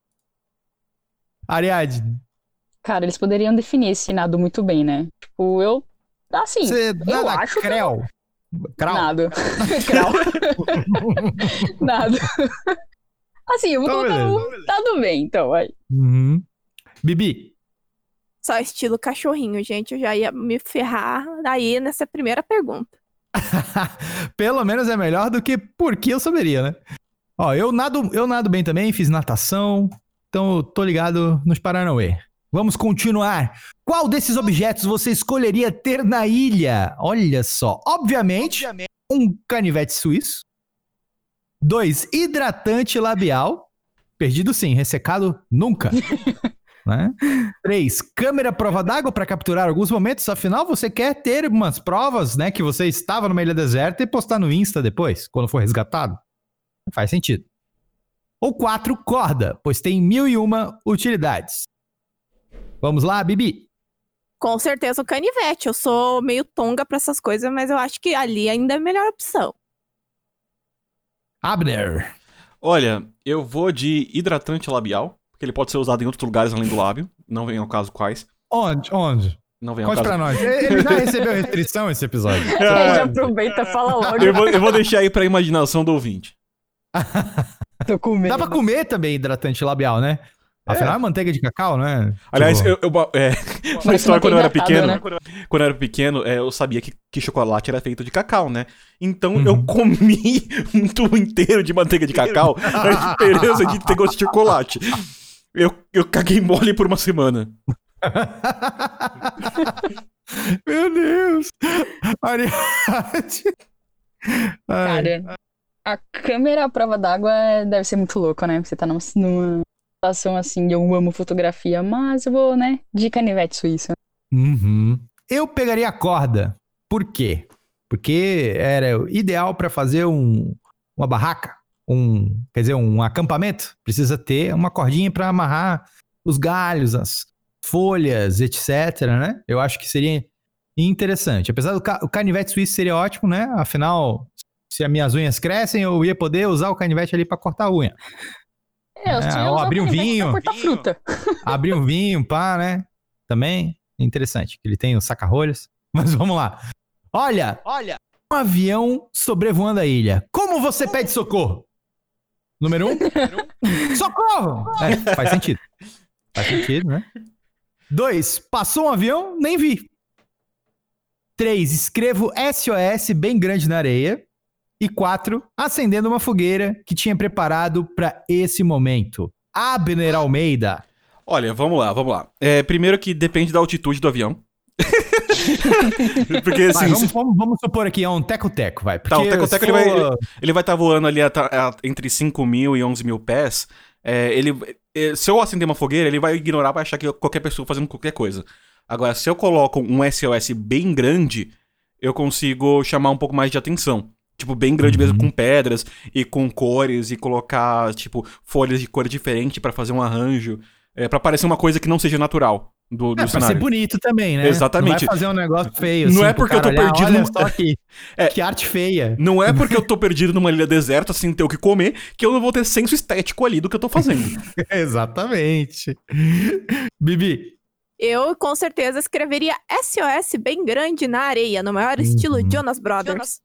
Ariadne, Cara, eles poderiam definir esse nado muito bem, né? Tipo, eu... Assim, você eu nada acho que creu. Crau. nado. Crau. Nado. Assim, eu vou Então, colocar beleza. um nado bem, então, vai. Uhum. Bibi, Só estilo cachorrinho, gente. Eu já ia me ferrar aí nessa primeira pergunta. pelo menos é melhor do que por que eu saberia, né? Ó, eu nado, eu nado bem também, fiz natação, então eu tô ligado nos Paranauê. Vamos continuar. Qual desses objetos você escolheria ter na ilha? Olha só. Obviamente, um canivete suíço. Dois, hidratante labial. Perdido sim, ressecado nunca. Né? Três, câmera prova d'água para capturar alguns momentos. Afinal, você quer ter umas provas, né, que você estava numa ilha deserta e postar no Insta depois, quando for resgatado. Faz sentido. Ou quatro, corda, pois tem mil e uma utilidades. Vamos lá, Bibi? Com certeza o canivete. Eu sou meio tonga pra essas coisas, mas eu acho que ali ainda é a melhor opção. Abner. Olha, eu vou de hidratante labial, porque ele pode ser usado em outros lugares além do lábio. Não vem ao caso quais. Onde? Onde? Não vem ao Conte caso. pra nós. Ele já recebeu restrição esse episódio. Aí já aproveita, fala logo. Eu vou, eu vou deixar aí pra imaginação do ouvinte. Tô com medo. Dá pra comer também hidratante labial, né? Afinal, é manteiga de cacau, né? Aliás, Tipo, eu, eu, é, uma Mas história quando eu era hidratado, pequeno. né? Quando eu era pequeno, é, eu sabia que, que chocolate era feito de cacau, né? Então Uhum. eu comi um tubo inteiro de manteiga de cacau na esperança de ter gosto de chocolate. Eu, eu caguei mole por uma semana. Meu Deus! Ariadne. Ai. Cara, a câmera à prova d'água é- deve ser muito louco, né? Você tá numa, numa situação assim, eu amo fotografia, mas eu vou, né, de canivete suíço. Uhum. Eu pegaria a corda. Por quê? Porque era o ideal pra fazer um, uma barraca. um, quer dizer, um acampamento, precisa ter uma cordinha para amarrar os galhos, as folhas, etcétera, né? Eu acho que seria interessante. Apesar do ca- o canivete suíço seria ótimo, né? Afinal, se as minhas unhas crescem, eu ia poder usar o canivete ali para cortar a unha. É, eu É, só ia ou usar abrir o um canivete vinho. pra cortar Vinho. fruta. Abrir um vinho, pá, né? Também interessante, que ele tem o saca-rolhas. Mas vamos lá. Olha, Olha! um avião sobrevoando a ilha. Como você pede socorro? Número um. Socorro! É, faz sentido. Faz sentido, né? Dois, passou um avião? Nem vi. Três, escrevo S O S bem grande na areia. E quatro, acendendo uma fogueira que tinha preparado para esse momento. Abner Almeida. Olha, vamos lá, vamos lá. É, primeiro que depende da altitude do avião. Porque assim... Vai, vamos, se- vamos- vamos supor aqui, é um teco-teco, vai. Tá, o Porque teco-teco se ele vai, for- ele, ele vai estar voando ali a- a- entre cinco mil e onze mil pés. É, ele, é, se eu acender uma fogueira, ele vai ignorar, vai achar que qualquer pessoa fazendo qualquer coisa. Agora, se eu coloco um S O S bem grande, eu consigo chamar um pouco mais de atenção. Tipo, bem grande mesmo, Uhum. com pedras e com cores, e colocar, tipo, folhas de cor diferente pra fazer um arranjo. É, pra parecer uma coisa que não seja natural do, do É, pra ser cenário. bonito também, né? Exatamente. Não vai fazer um negócio feio Não assim, é pro porque eu tô cara olhar, perdido olha no- só que, É. que arte feia. Não é porque eu tô perdido numa ilha deserta sem ter o que comer que eu não vou ter senso estético ali do que eu tô fazendo. Exatamente. Bibi. Eu, com certeza, escreveria S O S bem grande na areia, no maior estilo Uhum. Jonas Brothers.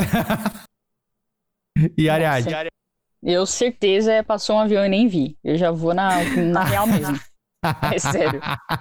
E Ariadne. Nossa. Eu, certeza, é, passou um avião e nem vi. Eu já vou na, na real mesmo. É sério.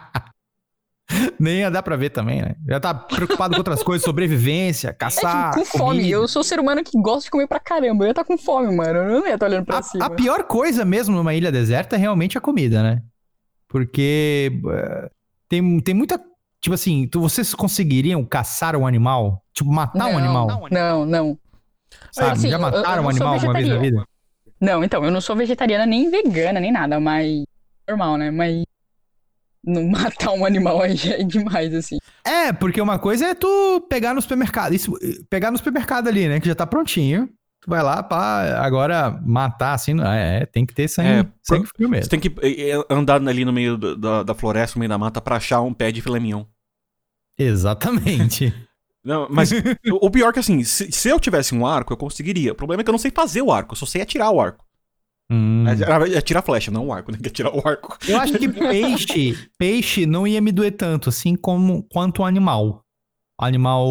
Nem ia dar pra ver também, né? Já tá preocupado com outras coisas, sobrevivência, É caçar. que com fome. comida. Eu sou ser humano que gosta de comer pra caramba. Eu ia estar com fome, mano. Eu não ia estar olhando pra cima. A, a pior coisa mesmo numa ilha deserta é realmente a comida, né? Porque eh, tem, tem muita. Tipo assim, tu, vocês conseguiriam caçar um animal? Tipo, matar um Não, animal? Não, não. Sabe? Assim, Já eu- mataram eu um não sou animal alguma vez na vida? Não, então, eu não sou vegetariana nem vegana, nem nada, mas. Normal, né? Mas. Não matar um animal aí já é demais, assim. É, porque uma coisa é tu pegar no supermercado. Isso, eh, pegar no supermercado ali, né? Que já tá prontinho. Tu vai lá, pá, agora matar assim. não- É, tem que ter sangue, É, sangue frio Você mesmo. tem que eh, eh, andar ali no meio do- da, da floresta, no meio da mata, pra achar um pé de filé mignon. Exatamente. Não, mas o o pior é que assim, se, se eu tivesse um arco, eu conseguiria. O problema é que eu não sei fazer o arco, eu só sei atirar o arco. Hum. É, é atirar a flecha, não o arco, né? Que atirar o arco. Eu acho que peixe, peixe não ia me doer tanto, assim, como, quanto um animal. Animal,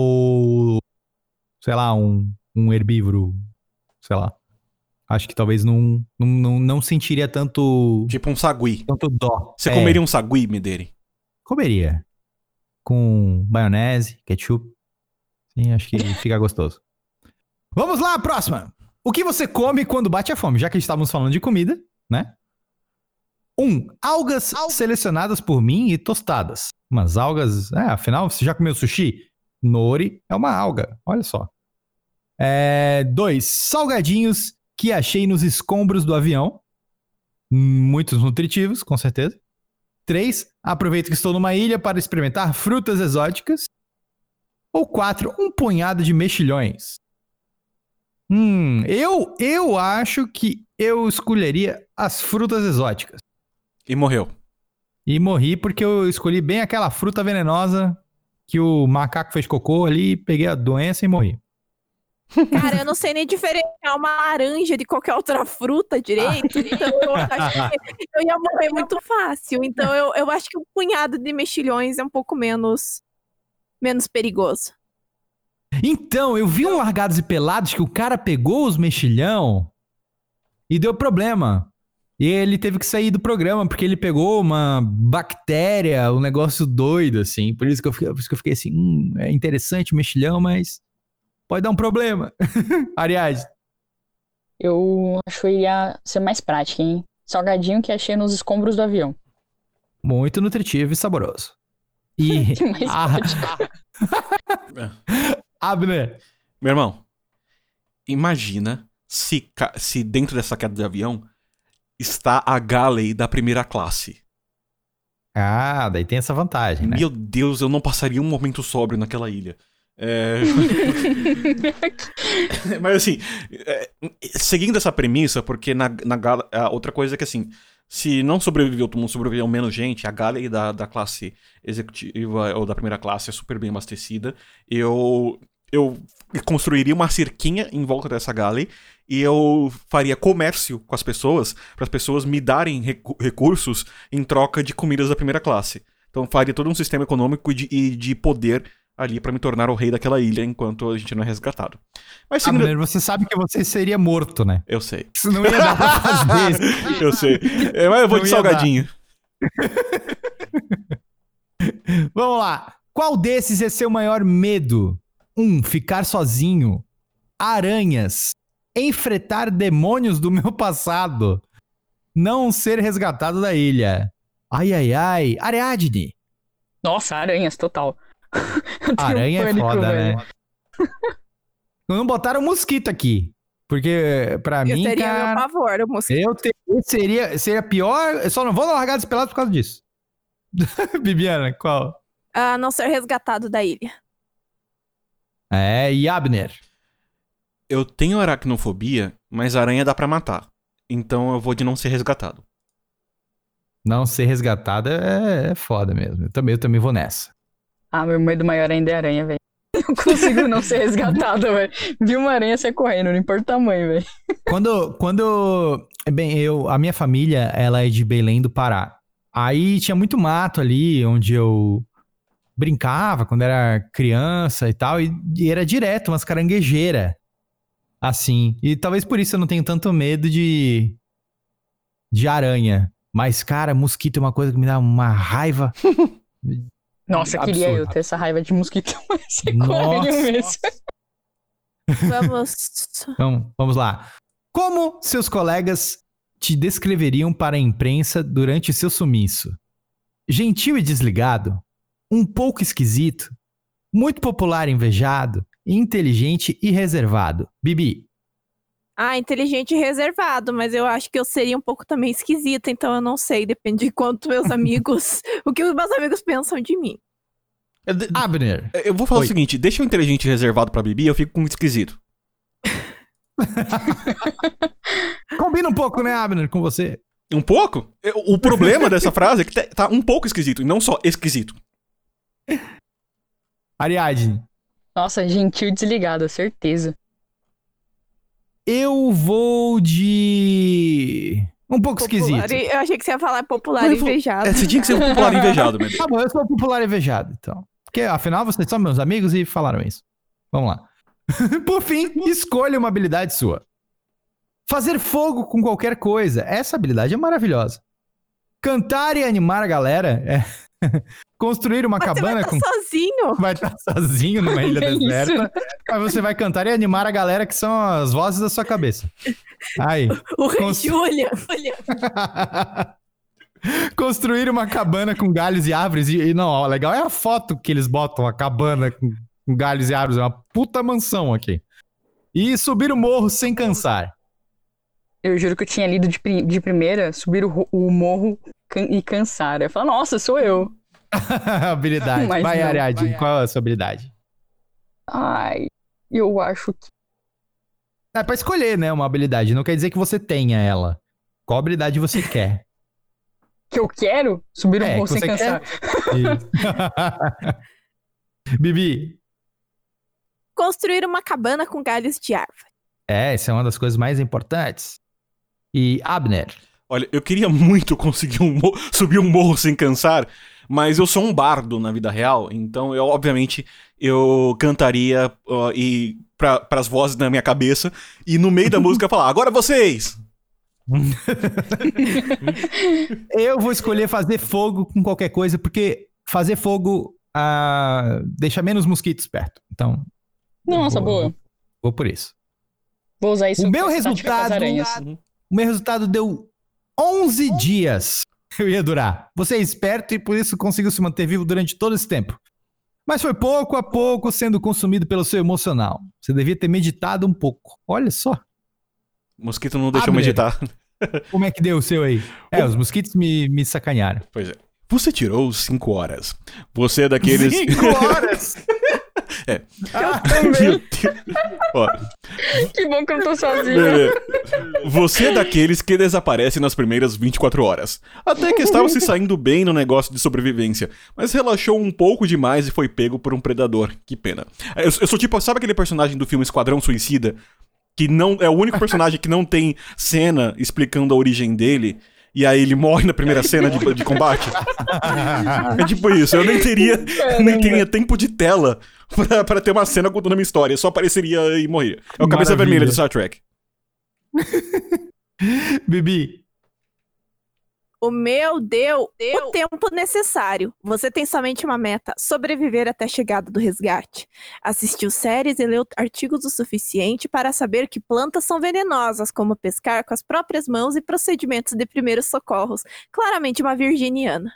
sei lá, um, um herbívoro, sei lá. Acho que talvez não, não, não, não sentiria tanto, Tipo um sagui. tanto dó. Você É, comeria um sagui, Mederi? Comeria. Com maionese, ketchup. Sim, acho que fica gostoso. Vamos lá, próxima. O que você come quando bate a fome? Já que estávamos falando de comida, né? Um, algas selecionadas por mim e tostadas. Umas algas... É, afinal, você já comeu sushi? Nori é uma alga, olha só. É, dois, salgadinhos que achei nos escombros do avião. Muitos nutritivos, com certeza. Três, aproveito que estou numa ilha para experimentar frutas exóticas. Ou quatro, um punhado de mexilhões. Hum, eu, eu acho que eu escolheria as frutas exóticas. E morreu. E morri porque eu escolhi bem aquela fruta venenosa que o macaco fez cocô ali, peguei a doença e morri. Cara, eu não sei nem diferenciar uma laranja de qualquer outra fruta direito, então eu acho que eu ia morrer muito fácil. Então eu, eu acho que um punhado de mexilhões é um pouco menos, menos perigoso. Então, eu vi um Largados e Pelados que o cara pegou os mexilhão e deu problema. E ele teve que sair do programa porque ele pegou uma bactéria, um negócio doido, assim. Por isso que eu fiquei, por isso que eu fiquei assim, hum, é interessante o mexilhão, mas pode dar um problema. Ariadne. Eu acho que eu iria ser mais prática, hein? Salgadinho que achei nos escombros do avião. Muito nutritivo e saboroso. E... Que mais Ah, Abner. Meu irmão, imagina se, ca- se dentro dessa queda de avião está a Galley da primeira classe. Ah, daí tem essa vantagem, né? Meu Deus, eu não passaria um momento sóbrio naquela ilha. É... Mas assim, é, seguindo essa premissa, porque na, na gala, a outra coisa é que assim, se não sobreviveu, todo mundo sobreviveu menos gente, a galley da, da classe executiva ou da primeira classe é super bem abastecida, eu, eu construiria uma cerquinha em volta dessa galley e eu faria comércio com as pessoas, para as pessoas me darem recu- recursos em troca de comidas da primeira classe. Então faria todo um sistema econômico e de, e de poder ali pra me tornar o rei daquela ilha enquanto a gente não é resgatado. Mas seguindo... Abner, você sabe que você seria morto, né? Eu sei. Isso não ia dar pra fazer. Eu sei. É, mas eu vou Não de ia salgadinho. Vamos lá. Qual desses é seu maior medo? Um, ficar sozinho. Aranhas. Enfrentar demônios do meu passado. Não ser resgatado da ilha. Ai, ai, ai. Ariadne. Nossa, aranhas, total. Eu tenho Aranha é pânico, foda, velho. né? Não botaram mosquito aqui. Porque, pra Eu mim, teria cara... meu pavor, o mosquito. Eu te... seria, seria pior... Eu só não vou largar despelado por causa disso. Bibiana, qual? A não ser resgatado da ilha. É, e Abner? Eu tenho aracnofobia, mas aranha dá pra matar. Então eu vou de não ser resgatado. Não ser resgatado é, é foda mesmo. Eu também, eu também vou nessa. Ah, meu medo maior ainda é aranha, velho. Não consigo não ser resgatado, velho. Vi uma aranha sair correndo, não importa o tamanho, velho. Quando, quando... Bem, eu, a minha família, ela é de Belém do Pará. Aí tinha muito mato ali, onde eu brincava quando era criança e tal. E, e era direto, umas caranguejeiras. Assim. E talvez por isso eu não tenho tanto medo de... De aranha. Mas, cara, mosquito é uma coisa que me dá uma raiva... Nossa, Absurdo. queria eu ter essa raiva de mosquito, mas você Nossa. correria mesmo. Vamos. Então, vamos lá. Como seus colegas te descreveriam para a imprensa durante seu sumiço? Gentil e desligado? Um pouco esquisito? Muito popular e invejado? Inteligente e reservado? Bibi. Ah, inteligente e reservado, mas eu acho que eu seria um pouco também esquisita, então eu não sei, depende de quanto meus amigos, o que os meus amigos pensam de mim. Eu, de- Abner. eu vou falar Oi. o seguinte, deixa o inteligente reservado pra Bibi, eu fico com muito esquisito. Combina um pouco, né, Abner, com você? Um pouco? Eu- O problema dessa frase é que tá- tá um pouco esquisito, e não só esquisito. Ariadne. Nossa, gentil e desligado, certeza. Eu vou de... Um pouco Popular esquisito. e- Eu achei que você ia falar popular Mas e eu vou- invejado. É, você tinha que ser um popular invejado, meu Deus. Tá bom, eu sou popular e invejado, então. Porque, afinal, vocês são meus amigos e falaram isso. Vamos lá. Por fim, escolha uma habilidade sua. Fazer fogo com qualquer coisa. Essa habilidade é maravilhosa. Cantar e animar a galera. É. Construir uma Mas você vai cabana estar com... sozinho. Vai estar sozinho numa ilha Que deserta. Mas você vai cantar e animar a galera que são as vozes da sua cabeça. Aí. O rei Cons- Júlia. Construir uma cabana com galhos e árvores. E, e não, ó, legal é a foto que eles botam, a cabana com, com galhos e árvores. É uma puta mansão aqui. E subir o morro sem cansar. Eu juro que eu tinha lido de, pri- de primeira, subir o, ro- o morro can- e cansar. Eu falo, nossa, sou eu. Habilidade. Mas vai, não, Ariadne, vai. qual é a sua habilidade? Ai, eu acho que... É pra escolher, né, uma habilidade. Não quer dizer que você tenha ela. Qual habilidade você quer? Que eu quero subir o É, morro que sem você cansar. Isso. Bibi. Construir uma cabana com galhos de árvore. É, essa é uma das coisas mais importantes. E Abner. Olha, eu queria muito conseguir um mo- subir um morro sem cansar, mas eu sou um bardo na vida real, então eu, obviamente, eu cantaria ó, e pra, pras vozes na minha cabeça, e no meio da música falar, agora vocês! Eu vou escolher fazer fogo com qualquer coisa, porque fazer fogo ah, deixa menos mosquitos perto. Então, Nossa, vou, boa. vou por isso. Vou usar isso O meu pra tática com as resultado- aranhas. O meu resultado deu onze dias. Eu ia durar. Você é esperto e por isso conseguiu se manter vivo durante todo esse tempo. Mas foi pouco a pouco sendo consumido pelo seu emocional. Você devia ter meditado um pouco. Olha só. Mosquito não deixou Abner. meditar. Como é que deu o seu aí? É, os mosquitos me, me sacanearam. Pois é. Você tirou cinco horas. Você é daqueles... Cinco horas! É. Eu também. Ó, Que bom que eu não tô sozinho. você é daqueles que desaparece nas primeiras vinte e quatro horas. Até que estava se saindo bem no negócio de sobrevivência, mas relaxou um pouco demais e foi pego por um predador. Que pena. Eu, eu sou tipo, sabe aquele personagem do filme Esquadrão Suicida? Que não é o único personagem que não tem cena explicando a origem dele. E aí ele morre na primeira cena de, de combate. É tipo isso, eu nem teria, nem teria tempo de tela pra, pra ter uma cena contando a minha história. Só apareceria e morria. É o Cabeça Maravilha. Vermelha do Star Trek. Bibi, O meu deu o tempo necessário. Você tem somente uma meta: sobreviver até a chegada do resgate. Assistiu séries e leu artigos o suficiente para saber que plantas são venenosas, como pescar com as próprias mãos e procedimentos de primeiros socorros. Claramente uma virginiana.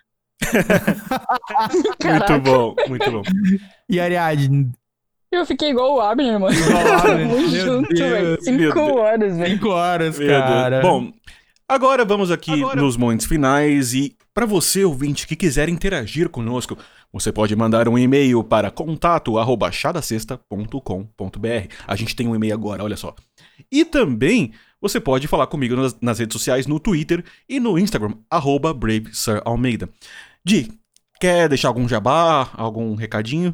Muito bom, muito bom. e Ariadne? Eu fiquei igual o Abner, mano. Igual o Abner. Muito Meu junto, Deus, velho. meu Cinco Deus. horas, velho. Cinco horas, Meu Deus. cara. Bom, agora vamos aqui Agora- nos momentos finais e para você, ouvinte, que quiser interagir conosco, você pode mandar um e-mail para contato arroba chadacesta ponto com ponto b r. A gente tem um e-mail agora, olha só. E também você pode falar comigo nas, nas redes sociais, no Twitter e no Instagram, arroba BraveSirAlmeida. Di, quer deixar algum jabá, algum recadinho?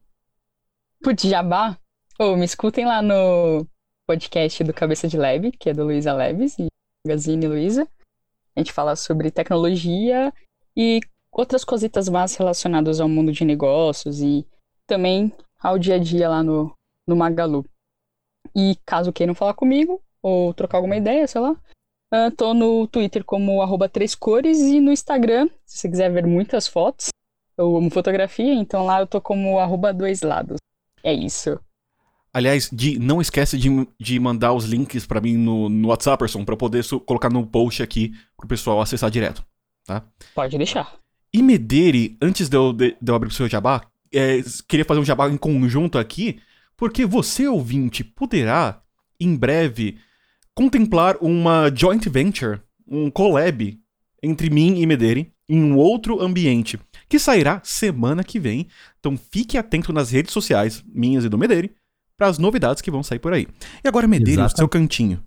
Putz, jabá. Ô, me escutem lá no podcast do Cabeça de Lab, que é do Luísa Leves e Magazine Luísa. A gente fala sobre tecnologia e outras cositas mais relacionadas ao mundo de negócios e também ao dia a dia lá no, no Magalu. E caso queiram falar comigo ou trocar alguma ideia, sei lá, uh, tô no Twitter como arroba três cores e no Instagram, se você quiser ver muitas fotos, eu amo fotografia, então lá eu tô como arroba dois lados. É isso. Aliás, Di, não esquece de, de mandar os links pra mim no, no WhatsApperson pra eu poder su- colocar no post aqui pro pessoal acessar direto, tá? Pode deixar. E Mederi, antes de eu, de, de eu abrir o seu jabá, é, queria fazer um jabá em conjunto aqui, porque você, ouvinte, poderá, em breve, contemplar uma joint venture, um collab entre mim e Mederi em um outro ambiente, que sairá semana que vem. Então fique atento nas redes sociais, minhas e do Mederi, para as novidades que vão sair por aí. E agora, Mederi, o Exato. seu cantinho.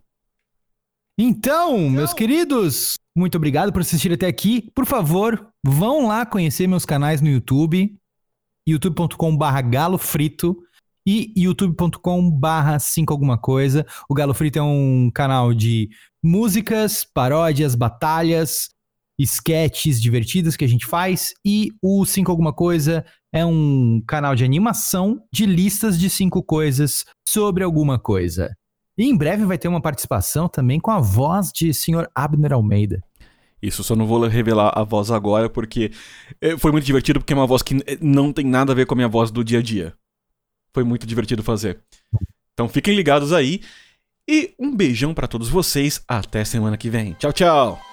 Então, meus queridos, muito obrigado por assistir até aqui. Por favor, vão lá conhecer meus canais no YouTube, youtube ponto com barra galo frito e youtube ponto com barra cinco alguma coisa. O Galo Frito é um canal de músicas, paródias, batalhas, sketches divertidos que a gente faz, e o cinco alguma coisa é um canal de animação de listas de cinco coisas sobre alguma coisa. E em breve vai ter uma participação também com a voz de senhor Abner Almeida. Isso, só não vou revelar a voz agora, porque eh, foi muito divertido, porque é uma voz que eh, não tem nada a ver com a minha voz do dia a dia. Foi muito divertido fazer. Então fiquem ligados aí. E um beijão pra todos vocês. Até semana que vem. Tchau, tchau!